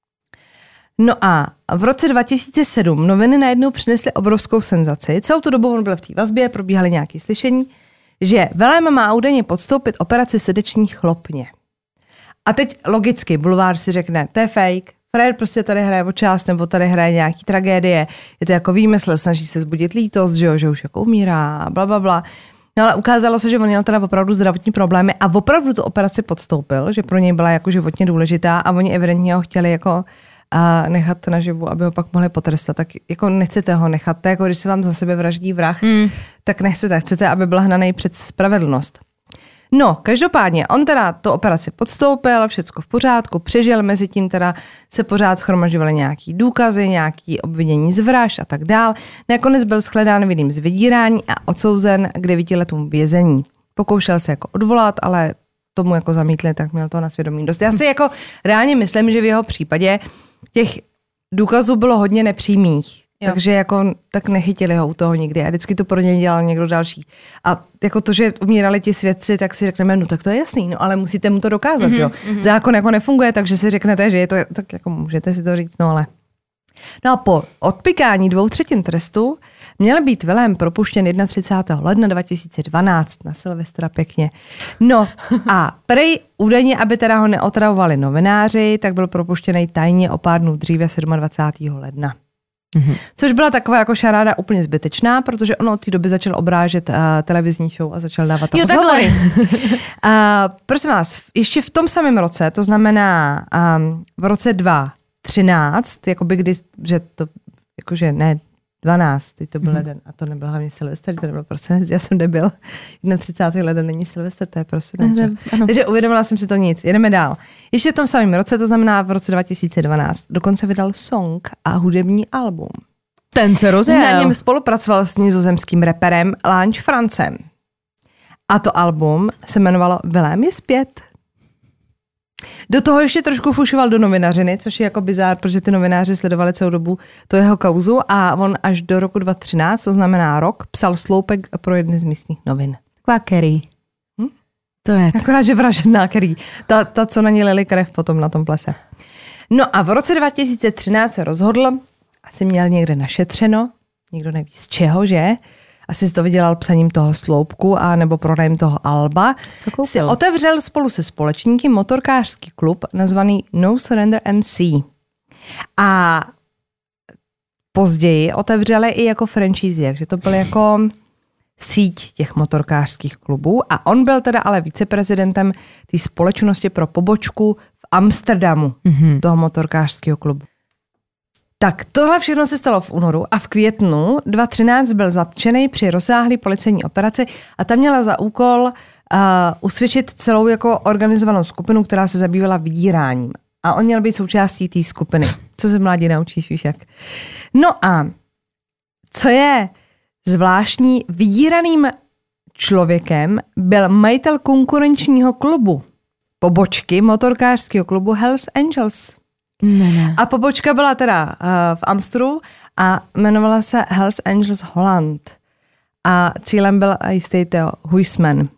No a v roce 2007 noviny najednou přinesly obrovskou senzaci. Celou tu dobu on byl v té vazbě, probíhaly nějaké slyšení, že Wilhelm má údajně podstoupit operaci srdeční chlopně. A teď logicky bulvár si řekne, to je fake, Frajer prostě tady hraje o část, nebo tady hraje nějaký tragédie, je to jako výmysl, snaží se zbudit lítost, že už jako umírá a blablabla. No ale ukázalo se, že on měl teda opravdu zdravotní problémy a opravdu tu operaci podstoupil, že pro něj byla jako životně důležitá a oni evidentně ho chtěli jako nechat naživu, aby ho pak mohli potrestat. Tak jako nechcete ho nechat, to jako když se vám za sebe vraždí vrah, tak chcete, aby byl hnaný před spravedlnost. No, každopádně, on teda tu operaci podstoupil, všecko v pořádku, přežil, mezi tím teda se pořád shromažďovaly nějaký důkazy, nějaký obvinění z vražd a tak dál. Nakonec byl shledán vinným z vydírání a odsouzen k 9 letům vězení. Pokoušel se jako odvolat, ale tomu jako zamítli, tak měl to na svědomí dost. Já si jako reálně myslím, že v jeho případě těch důkazů bylo hodně nepřímých. Jo. Takže jako tak nechytili ho u toho nikdy a vždycky to pro něj dělal někdo další. A jako to, že umírali ti svědci, tak si řekneme, no tak to je jasný, no ale musíte mu to dokázat, jo. Zákon jako nefunguje, takže si řeknete, že je to, tak jako můžete si to říct, no ale. No a po odpykání 2/3 trestu měl být Willem propuštěn 31. ledna 2012 na Silvestra pěkně. No a prej údajně, aby teda ho neotravovali novináři, tak byl propuštěný tajně o pár dnů dříve 27. ledna. Což byla taková jako šaráda úplně zbytečná, protože on od té doby začal obrážet televizní show a začal dávat tam rozhovory. Prosím vás, ještě v tom samém roce, to znamená v roce 2013, jakoby že to, jakože ne 12, teď to byl leden a to nebyl hlavně Silvestr, to nebyl prosinec, já jsem debil. 31. leden není Silvestr, to je prosinec. Takže uvědomila jsem si to nic, jedeme dál. Ještě v tom samém roce, to znamená v roce 2012, dokonce vydal song a hudební album. Ten se rozjel. Na něm spolupracoval s nizozemským raperem Lange Francem. A to album se jmenovalo Willem je zpět. Do toho ještě trošku fušoval do novinařiny, což je jako bizár, protože ty novináři sledovali celou dobu to jeho kauzu a on až do roku 2013, to znamená rok, psal sloupek pro jedny z místních novin. Taková Kerry. To je. Akorát, že vražená Kerry. Ta, co na ní lili krev potom na tom plese. No a v roce 2013 se rozhodl, asi měl někde našetřeno, nikdo neví z čeho, že? Asi si to vydělal psaním toho sloupku a nebo prodejem toho alba. Si otevřel spolu se společníky motorkářský klub nazvaný No Surrender MC. A později otevřeli i jako franchise, takže to byl jako síť těch motorkářských klubů a on byl teda ale viceprezidentem té společnosti pro pobočku v Amsterdamu, toho motorkářského klubu. Tak tohle všechno se stalo v únoru a v květnu 2013 byl zatčený při rozsáhlé policejní operaci a ta měla za úkol usvědčit celou jako organizovanou skupinu, která se zabývala vydíráním. A on měl být součástí té skupiny. Co se mládí naučíš, víš jak. No a co je zvláštní, vydíraným člověkem byl majitel konkurenčního klubu, pobočky motorkářského klubu Hells Angels. Ne. A pobočka byla teda v Amstru a jmenovala se Hells Angels Holland. A cílem byl jistý Theo Huisman.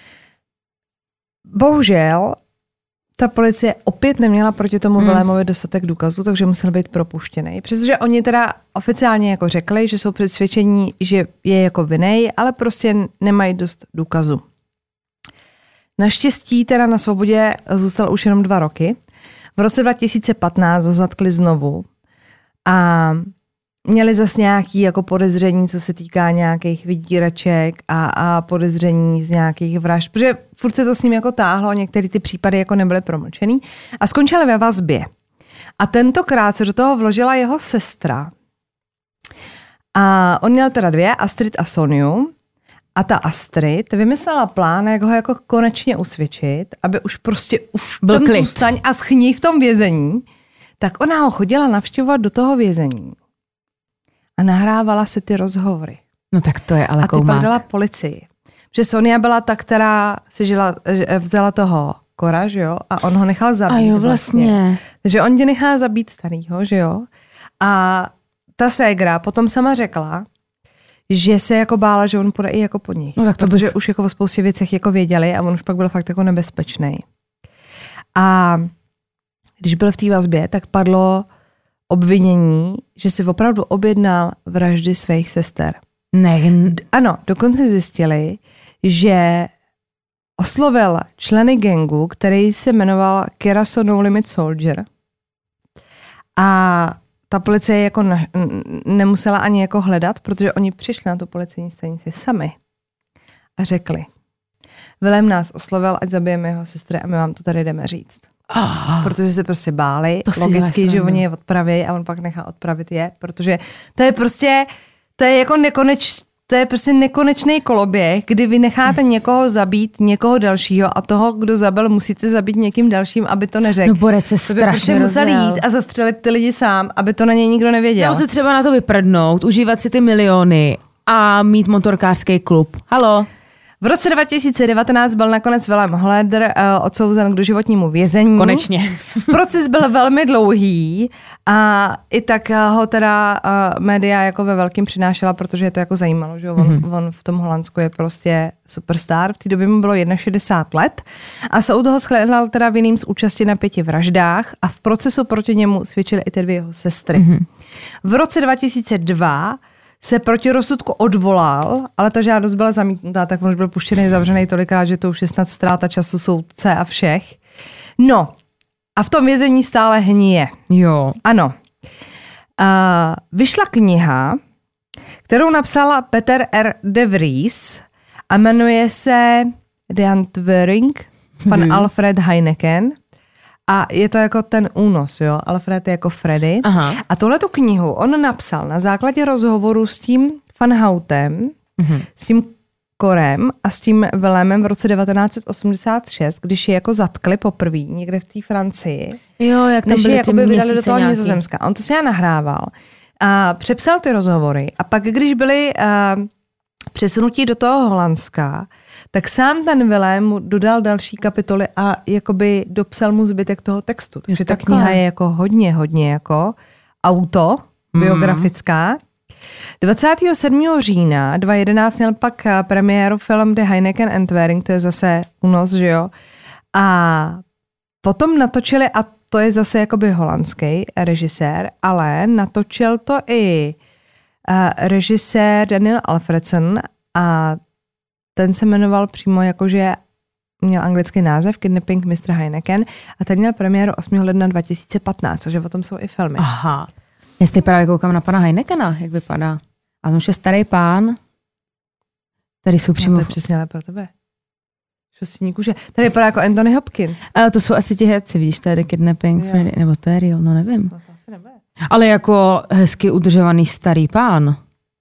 Bohužel ta policie opět neměla proti tomu Willemovi dostatek důkazů, takže musel být propuštěný. Přestože oni teda oficiálně jako řekli, že jsou přesvědčení, že je jako vinnej, ale prostě nemají dost důkazů. Naštěstí teda na svobodě zůstal už jenom 2 roky. V roce 2015 ho zatkli znovu a měli zase nějaké jako podezření, co se týká nějakých vydíraček a podezření z nějakých vražd, protože furt se to s ním jako táhlo, některé ty případy jako nebyly promlčený a skončili ve vazbě. A tentokrát se do toho vložila jeho sestra. A on měl teda 2, Astrid a Soniu. A ta Astrid vymyslela plán, jak ho jako konečně usvědčit, aby už prostě byl tam klid. zůstaň a schní v tom vězení. Tak ona ho chodila navštěvovat do toho vězení. A nahrávala si ty rozhovory. No tak to je ale a ty pak dala policii. Protože Sonia byla ta, která si vzala toho Kora, že jo? A on ho nechal zabít. A jo, vlastně. Takže on tě nechá zabít starýho, že jo? A ta ségra potom sama řekla, že se jako bála, že on půjde i jako po nich. No tak to protože už jako o spoustě věcech jako věděli a on už pak byl fakt jako nebezpečný. A když byl v té vazbě, tak padlo obvinění, že si opravdu objednal vraždy svých sester. Ne. Ano, dokonce zjistili, že oslovil členy gangu, který se jmenoval Keraso No Limit Soldier. A ta policie jako nemusela ani jako hledat, protože oni přišli na tu policejní stanici sami a řekli, Vilém nás oslovil, ať zabijeme jeho sestry a my vám to tady jdeme říct. Protože se prostě báli, logicky, že oni je odpraví a on pak nechá odpravit je, protože to je prostě, to je jako to je prostě nekonečný koloběh, kdy vy necháte někoho zabít někoho dalšího a toho, kdo zabil, musíte zabít někým dalším, aby to neřekl. No Borec se strašně prostě musel jít a zastřelit ty lidi sám, aby to na něj nikdo nevěděl. Nebo se třeba na to vyprdnout, užívat si ty miliony a mít motorkářský klub. Halo? V roce 2019 byl nakonec Willem Holleder odsouzen k doživotnímu vězení. Konečně. Proces byl velmi dlouhý a i tak ho teda média jako ve velkým přinášela, protože je to jako zajímalo, že on v tom Holandsku je prostě superstar. V té době mu bylo 61 let a soud ho shledal teda vinným z účasti na 5 vraždách a v procesu proti němu svědčily i ty 2 jeho sestry. V roce 2002 se proti rozsudku odvolal, ale ta žádost byla zamítnutá, tak on už byl puštěný, zavřený tolikrát, že to už je snad ztráta času soudce a všech. No, a v tom vězení stále hnije. Jo. Ano. Vyšla kniha, kterou napsala Peter R. de Vries a jmenuje se The Antwoording van Alfred Heineken. A je to jako ten únos, jo? Alfred je jako Freddy. Aha. A tuhletu knihu on napsal na základě rozhovoru s tím Van Houtem, s tím Korem a s tím Willemem v roce 1986, když je jako zatkli poprvé někde v té Francii. Jo, jak tam byly ty vydali do toho Nizozemska. On to si já nahrával. A přepsal ty rozhovory. A pak, když byli přesunutí do toho Holandska, tak sám ten Willem mu dodal další kapitoly a jakoby dopsal mu zbytek toho textu. Takže ta kniha je jako hodně jako autobiografická. 27. října 2011 měl pak premiéru film The Heineken Antwoording, to je zase únos, že jo. A potom natočili, a to je zase jakoby holandský režisér, ale natočil to i režisér Daniel Alfredson a ten se jmenoval přímo jakože měl anglický název Kidnapping Mr. Heineken a ten měl premiéru 8. ledna 2015, takže o tom jsou i filmy. Aha. Jestli právě koukám na pana Heinekena, jak vypadá. A on už je starý pán. Tady jsou přímo... No, to je přesně ale pro tebe. Šustní kůže. Tady vypadá jako Anthony Hopkins. Ale to jsou asi ti herci, vidíš, to je The Kidnapping, Freddy, nebo to je real, no nevím. No to asi nebude. Ale jako hezky udržovaný starý pán.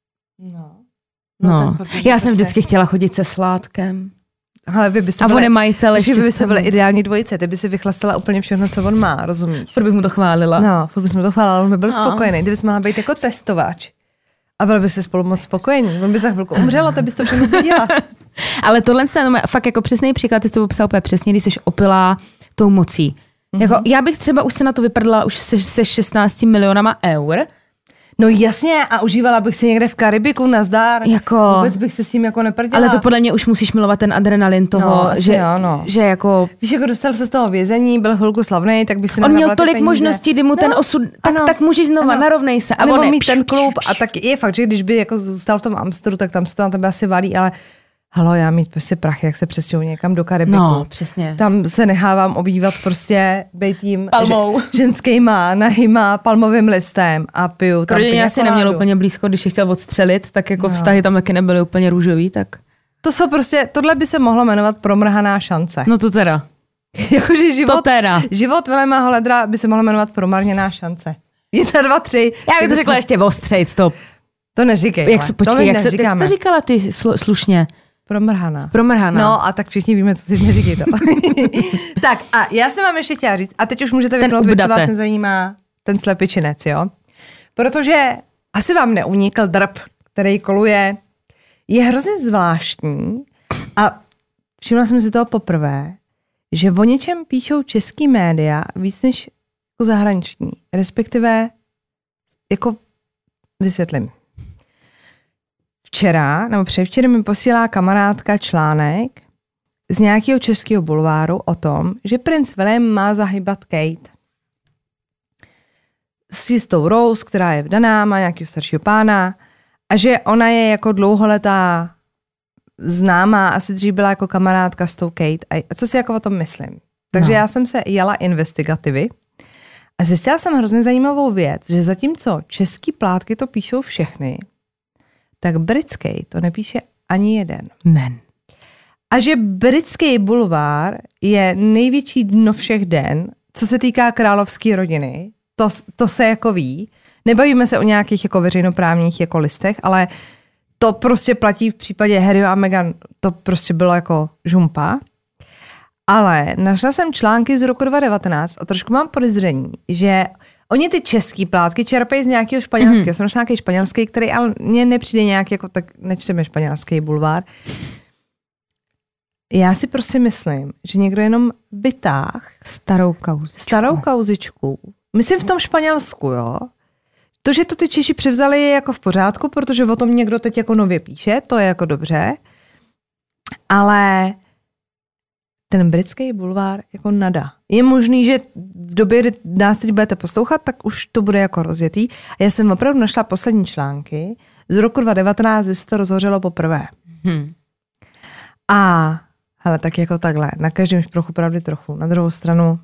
No. Já jsem vždycky chtěla chodit se Sládkem. Ale vy byste on je majitel ještě. Vy byste byly ideální dvojice, ty by si vychlastala úplně všechno, co on má, rozumíš? Furt bych mu to chválila. No, furt bys mu to chválila, on by byl spokojený, ty bys mohla být jako testovač. A byl by si spolu moc spokojený. On by za chvilku umřel a ty bys to všechno zvěděla. Ale tohle je fakt jako přesný příklad, ty jsi to popsal úplně přesně, když jsi opilá tou mocí. Jako, já bych třeba už se na to vyprdla už se 16 milionama eur. No jasně, a užívala bych si někde v Karibiku, nazdar. Jako... Vůbec bych se s tím jako neprdila. Ale to podle mě už musíš milovat ten adrenalin toho, že jako... Víš, jako dostal se z toho vězení, byl chvilku slavnej, tak by si on měl tolik možností, kdy mu ten osud... Tak můžeš znova, narovnej se. A nebo mít ten klub. A tak je fakt, že když by jako zůstal v tom Amsteru, tak tam se to na tebe asi valí, ale halo, já mít prostě prachy, jak se přestěhuji někam do Karibiku. No, přesně. Tam se nechávám obývat prostě bejtým ženskýma, nahýma, palmovým listem a piju tam piňakoládu. Asi neměl úplně blízko, když je chtěl odstřelit, tak jako vztahy tam taky nebyly úplně růžový, tak... To jsou prostě, tohle by se mohlo jmenovat promrhaná šance. No to teda. Jakože život Willema Holledera by se mohlo jmenovat promarněná šance. 1, 2, 3. Já bych to řekla ještě ostřejc, to... To neříkej, počkej, jak jsi říkala ty slušně? Promrhaná. No a tak všichni víme, co si neříkej to. Tak a já jsem vám ještě chtěla říct, a teď už můžete vypnout, co vás nezajímá ten slepičinec, jo? Protože asi vám neunikl drb, který koluje. Je hrozně zvláštní a všimla jsem si toho poprvé, že o něčem píšou český média víc než jako zahraniční. Respektive jako vysvětlím. Včera, nebo předevčírem mi posílá kamarádka článek z nějakého českého bulváru o tom, že princ William má zahybat Kate. S jistou Rose, která je vdaná, má nějakého staršího pána a že ona je jako dlouholetá známá, asi dřív byla jako kamarádka s tou Kate. A co si jako o tom myslím? Takže já jsem se jela investigativy A zjistila jsem hrozně zajímavou věc, že zatímco český plátky to píšou všechny, tak britský to nepíše ani jeden. Ne. A že britský bulvár je největší dno všech den, co se týká královské rodiny, to se jako ví. Nebavíme se o nějakých jako veřejnoprávních jako listech, ale to prostě platí v případě Harryho a Meghan, to prostě bylo jako žumpa. Ale našla jsem články z roku 2019 a trošku mám podezření, že oni ty český plátky čerpají z nějakého španělského. Já jsem našla nějaký španělský, který ale mně nepřijde nějak jako, tak nečteme španělský bulvár. Já si prostě myslím, že někdo jenom vytáhl starou kauzičku. Myslím v tom Španělsku, jo. To, že to ty Češi převzali, je jako v pořádku, protože o tom někdo teď jako nově píše, to je jako dobře. Ale ten britský bulvár jako nada. Je možný, že v době, kdy nás teď budete poslouchat, tak už to bude jako rozjetý. A já jsem opravdu našla poslední články z roku 2019, kdy se to rozhořelo poprvé. A hele, tak jako takhle, na každém šprochu pravdy trochu. Na druhou stranu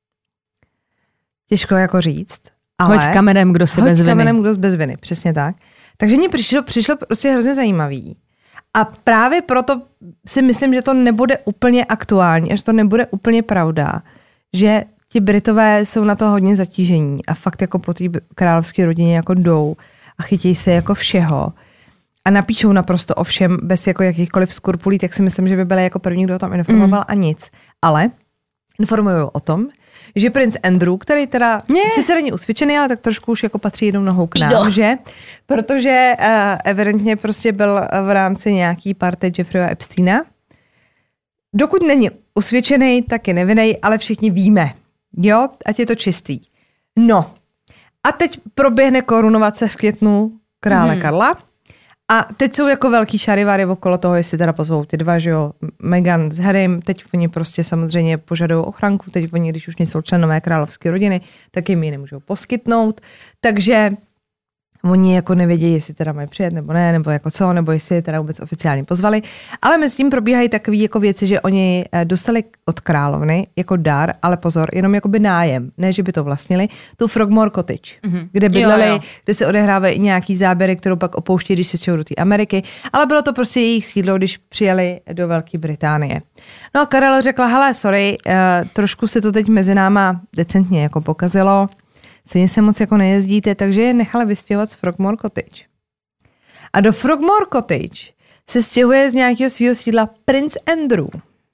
těžko jako říct. Ale hoď kamenem, kdo si bez viny. Hoď kamenem, kdo si bez viny, přesně tak. Takže mně přišlo prostě hrozně zajímavý. A právě proto si myslím, že to nebude úplně aktuální, a že to nebude úplně pravda, že ti Britové jsou na to hodně zatížení a fakt jako po té královské rodině jako jdou a chytějí se jako všeho a napíšou naprosto o všem bez jako jakýchkoliv skrupulí, tak si myslím, že by byly jako první, kdo o tom informoval a nic. Ale informují o tom, že princ Andrew, který teda sice není usvědčený, ale tak trošku už jako patří jednou nohou k nám, že? Protože evidentně prostě byl v rámci nějaký party Jeffreyho Epsteina. Dokud není usvědčený, tak je nevinnej, ale všichni víme, jo? Ať je to čistý. No. A teď proběhne korunovace v květnu krále Karla. A teď jsou jako velký šarivary okolo toho, jestli teda pozvou ty dva, že jo, Meghan s Harrym, teď oni prostě samozřejmě požadují ochranku, teď oni, když už nejsou členové královské rodiny, tak jim ji nemůžou poskytnout, takže oni jako nevědí, jestli teda mají přijet nebo ne, nebo jako co, nebo jestli je teda vůbec oficiálně pozvali, ale mezi tím probíhají takové jako věci, že oni dostali od královny jako dar, ale pozor, jenom jakoby nájem, ne, že by to vlastnili, tu Frogmore Cottage, kde bydleli, kde se odehrávají nějaký záběry, kterou pak opouští, když se stěhují do té Ameriky, ale bylo to prostě jejich sídlo, když přijeli do Velké Británie. No a Karel řekla, hele, sorry, trošku se to teď mezi náma decentně jako pokazilo, stejně se moc jako nejezdíte, takže je nechala vystěhovat z Frogmore Cottage. A do Frogmore Cottage se stěhuje z nějakého svého sídla princ Andrew,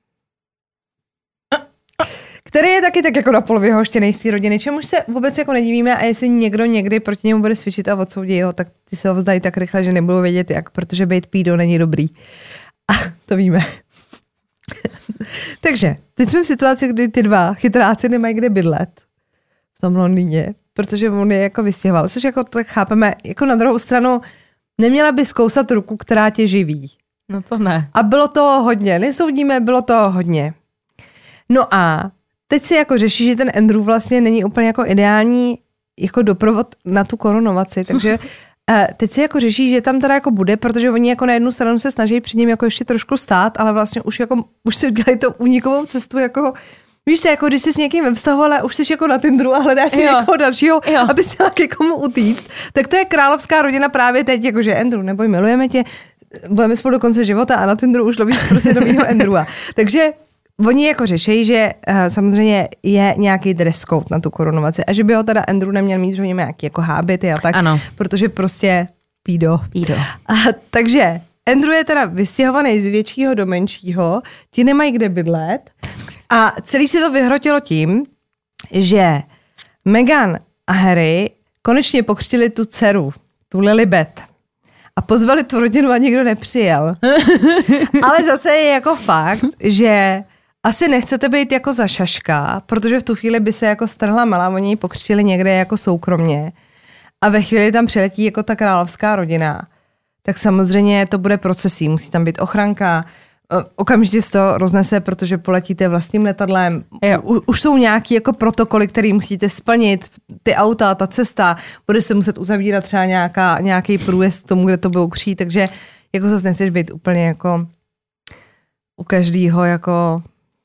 který je taky tak jako napůl vyhoštěnej z té rodiny, čemuž se vůbec jako nedivíme a jestli někdo někdy proti němu bude svědčit a odsoudí ho, tak ty se ho vzdají tak rychle, že nebudou vědět jak, protože být pído není dobrý. A to víme. Takže teď jsme v situaci, kdy ty dva chytráci nemají kde bydlet v tom Londýně, protože on je jako vystěhoval, což jako tak chápeme, jako na druhou stranu neměla by zkousat ruku, která tě živí. No to ne. A bylo to hodně, nesoudíme, bylo to hodně. No a teď si jako řeší, že ten Andrew vlastně není úplně jako ideální jako doprovod na tu korunovaci, takže teď si jako řeší, že tam teda jako bude, protože oni jako na jednu stranu se snaží před ním jako ještě trošku stát, ale vlastně už si dělají to únikovou cestu jako víš se, jako když jsi s někým ve vztahu, ale už jsi jako na Tinderu a hledáš si někoho dalšího, aby si měla k komu utíct. Tak to je královská rodina právě teď, jakože Andrew, neboj, milujeme tě, budeme spolu do konce života a na Tinderu už lovíš prostě novýho Andrewa. Takže oni jako řeší, že samozřejmě je nějaký dress code na tu korunovaci a že by ho teda Andrew neměl mít, že oni mají nějaký jako hábity a tak, ano. Protože prostě pído. Takže Andrew je teda vystěhovaný z většího do menšího, ti nemají kde bydlet. A celý se to vyhrotilo tím, že Meghan a Harry konečně pokřtili tu dceru, tu Lilibet. A pozvali tu rodinu a nikdo nepřijel. Ale zase je jako fakt, že asi nechcete být jako za šaška, protože v tu chvíli by se jako strhla malá, oni ji pokřtili někde jako soukromně. A ve chvíli tam přiletí jako ta královská rodina. Tak samozřejmě to bude procesí, musí tam být ochranka, okamžitě se to roznese, protože poletíte vlastním letadlem. Už jsou nějaký jako protokoly, které musíte splnit. Ty auta, ta cesta, bude se muset uzavírat třeba nějaký průjezd k tomu, kde to budou křít, takže jako zase nechceš být úplně jako u každého jako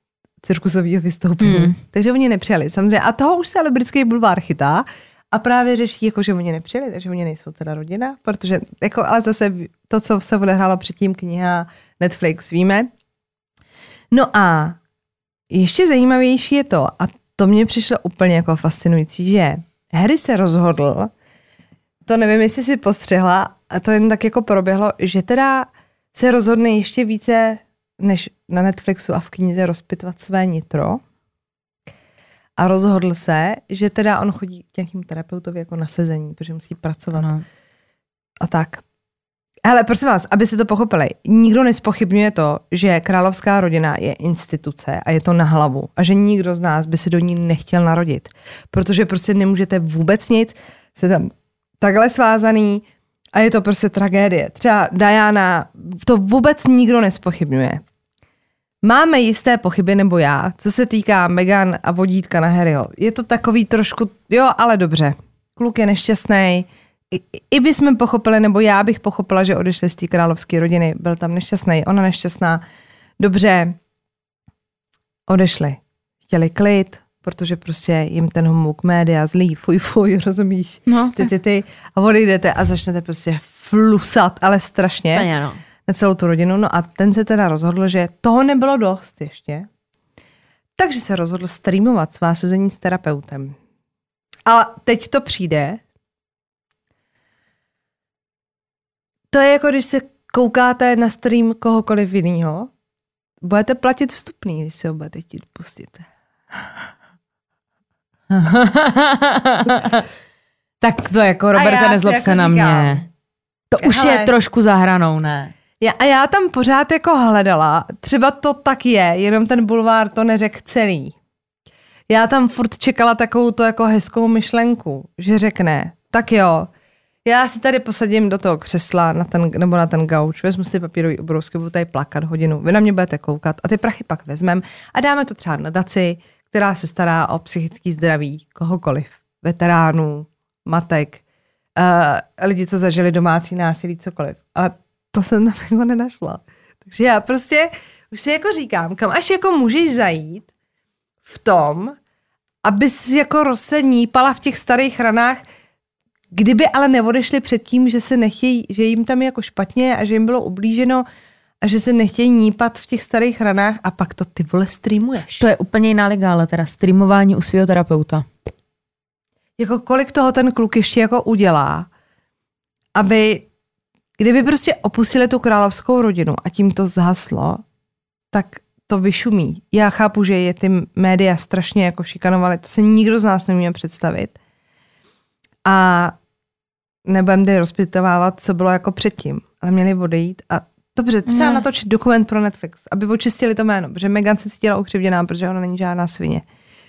cirkusového vystoupení. Takže oni nepřijeli. Samozřejmě. A toho už se ale britský bulvár chytá a právě řeší, jako, že oni nepřijeli, takže oni nejsou teda rodina, protože, jako, ale zase to, co se odehrálo předtím, kniha, Netflix, víme. No a ještě zajímavější je to, a to mě přišlo úplně jako fascinující, že Harry se rozhodl, to nevím, jestli si postřehla, a to jen tak jako proběhlo, že teda se rozhodne ještě více než na Netflixu a v knize rozpitvat své nitro. A rozhodl se, že teda on chodí k nějakým terapeutovi jako na sezení, protože musí pracovat. No. A tak. Hele, prosím vás, aby se to pochopili, nikdo nespochybňuje to, že královská rodina je instituce a je to na hlavu a že nikdo z nás by se do ní nechtěl narodit. Protože prostě nemůžete vůbec nic, jste tam takhle svázaný a je to prostě tragédie. Třeba Diana, to vůbec nikdo nespochybňuje. Máme jisté pochyby, nebo já, co se týká Meghan a vodítka na Harryho. Je to takový trošku, jo, ale dobře. Kluk je nešťastný. I bychom pochopili, nebo já bych pochopila, že odešli z té královské rodiny. Byl tam nešťastný, ona nešťastná. Dobře, odešli. Chtěli klid, protože prostě jim ten humuk média zlý, fuj, rozumíš? No, ty. A odejdete a začnete prostě flusat, ale strašně. Paně, no. Na celou tu rodinu. No a ten se teda rozhodl, že toho nebylo dost ještě. Takže se rozhodl streamovat svá sezení s terapeutem. A teď to přijde. To je jako, když se koukáte na stream kohokoliv jinýho, budete platit vstupný, když se ho budete chtít pustit. Tak to jako, Roberta, nezlob se na mě. To už je trošku za hranou, ne? Já tam pořád jako hledala, třeba to tak je, jenom ten bulvár to neřekl celý. Já tam furt čekala takovou to jako hezkou myšlenku, že řekne, tak jo, já si tady posadím do toho křesla nebo na ten gauč, vezmu si papírový obrovský, budu tady plakat hodinu, vy na mě budete koukat a ty prachy pak vezmem a dáme to třeba na nadaci, která se stará o psychický zdraví kohokoliv, veteránů, matek, lidi, co zažili domácí násilí, cokoliv. A to jsem na mě nenašla. Takže já prostě už si jako říkám, kam až jako můžeš zajít v tom, abys jako rozsednípala v těch starých ranách, kdyby ale neodešli před tím, že se nechtějí, že jim tam je jako špatně a že jim bylo ublíženo a že se nechtějí nípat v těch starých ranách a pak to ty vole streamuješ. To je úplně jiná liga, ale teda streamování u svého terapeuta. Jako kolik toho ten kluk ještě jako udělá, aby kdyby prostě opustili tu královskou rodinu a tím to zhaslo, tak to vyšumí. Já chápu, že je ty média strašně jako šikanovali, to se nikdo z nás nemůže představit. A nebudeme tady rozpitovávat, co bylo jako předtím. Ale měli odejít a dobře, třeba natočit dokument pro Netflix, aby očistili to jméno, protože Meghan se cítila ukřivděná, protože ona není žádná svině.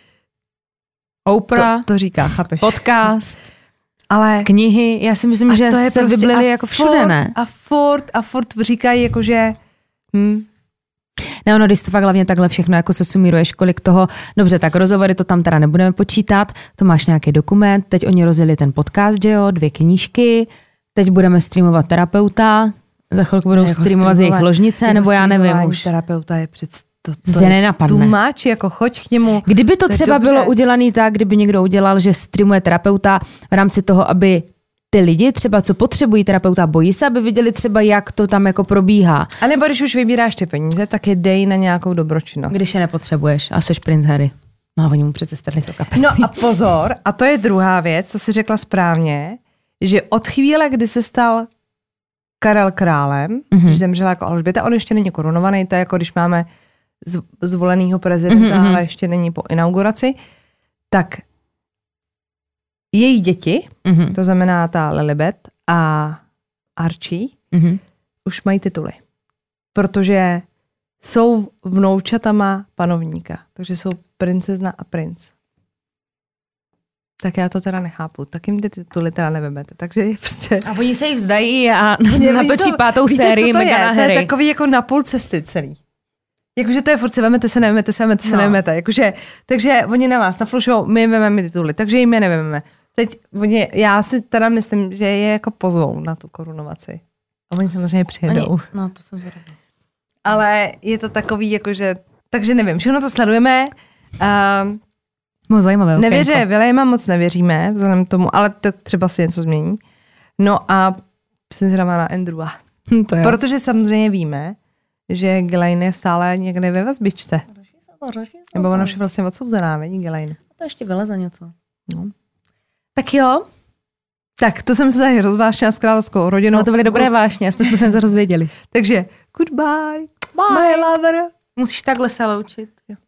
Oprah. To říká, chápeš? Podcast. Ale knihy, já si myslím, že se prostě vyblili jako všude, ne? A furt říkají jako, že Ne, ono, když to fakt hlavně takhle všechno jako se sumíruješ, kolik toho, dobře, tak rozhovory to tam teda nebudeme počítat, to máš nějaký dokument, teď oni rozjeli ten podcast, že jo, 2 knížky, teď budeme streamovat terapeuta, za chvilku budou jako streamovat z jejich ložnice, jako nebo já nevím už. Terapeuta je přece to je nenapadne. Tumáč, jako choď k němu. Kdyby to třeba bylo udělané tak, kdyby někdo udělal, že streamuje terapeuta v rámci toho, aby ty lidi třeba, co potřebují terapeuta, bojí se, aby viděli třeba, jak to tam jako probíhá. A nebo když už vybíráš ty peníze, tak je dej na nějakou dobročinnost. Když je nepotřebuješ a seš princ Harry. No a oni mu přece strhli to kapesný. No a pozor, a to je druhá věc, co jsi řekla správně, že od chvíle, kdy se stal Karel králem, když zemřela jako Alžběta, on ještě není korunovaný, to je jako když máme zvolenýho prezidenta, ale ještě není po inauguraci, tak její děti, to znamená ta Lilibet a Archie, už mají tituly. Protože jsou vnoučatama panovníka. Takže jsou princezna a princ. Tak já to teda nechápu. Tak jim ty tituly teda nevemete. Takže je prostě... A oni se jich vzdají a natočí 5. sérii Meghan a Harry. To je takový jako na půl cesty celý. Jakože to je furt se vemete, se nevemete. Jakože, takže oni na vás naflušou, my vememe tituly, takže jim je nevememe. Teď já si teda myslím, že je jako pozvou na tu korunovaci. A oni samozřejmě přijedou. No, to jsem zvědavá. Ale je to takový, jakože Takže nevím, všechno to sledujeme. Bylo zajímavé. Nevěře, Williama moc nevěříme, vzhledem k tomu, ale třeba si něco změní. No a jsem zvědavá na Andrewa. To jo. Protože samozřejmě víme, že Ghislaine je stále někde ve vazbičce. Nebo ona už je vlastně odsouzená, vidí Ghislaine. To ještě vyleze něco. No. Tak jo. Tak, to jsem se tady rozvášnila s královskou rodinou. No to byly dobré vášně, jsme se něco rozvěděli. Takže, goodbye, Bye. my lover. Musíš takhle se loučit. Jo.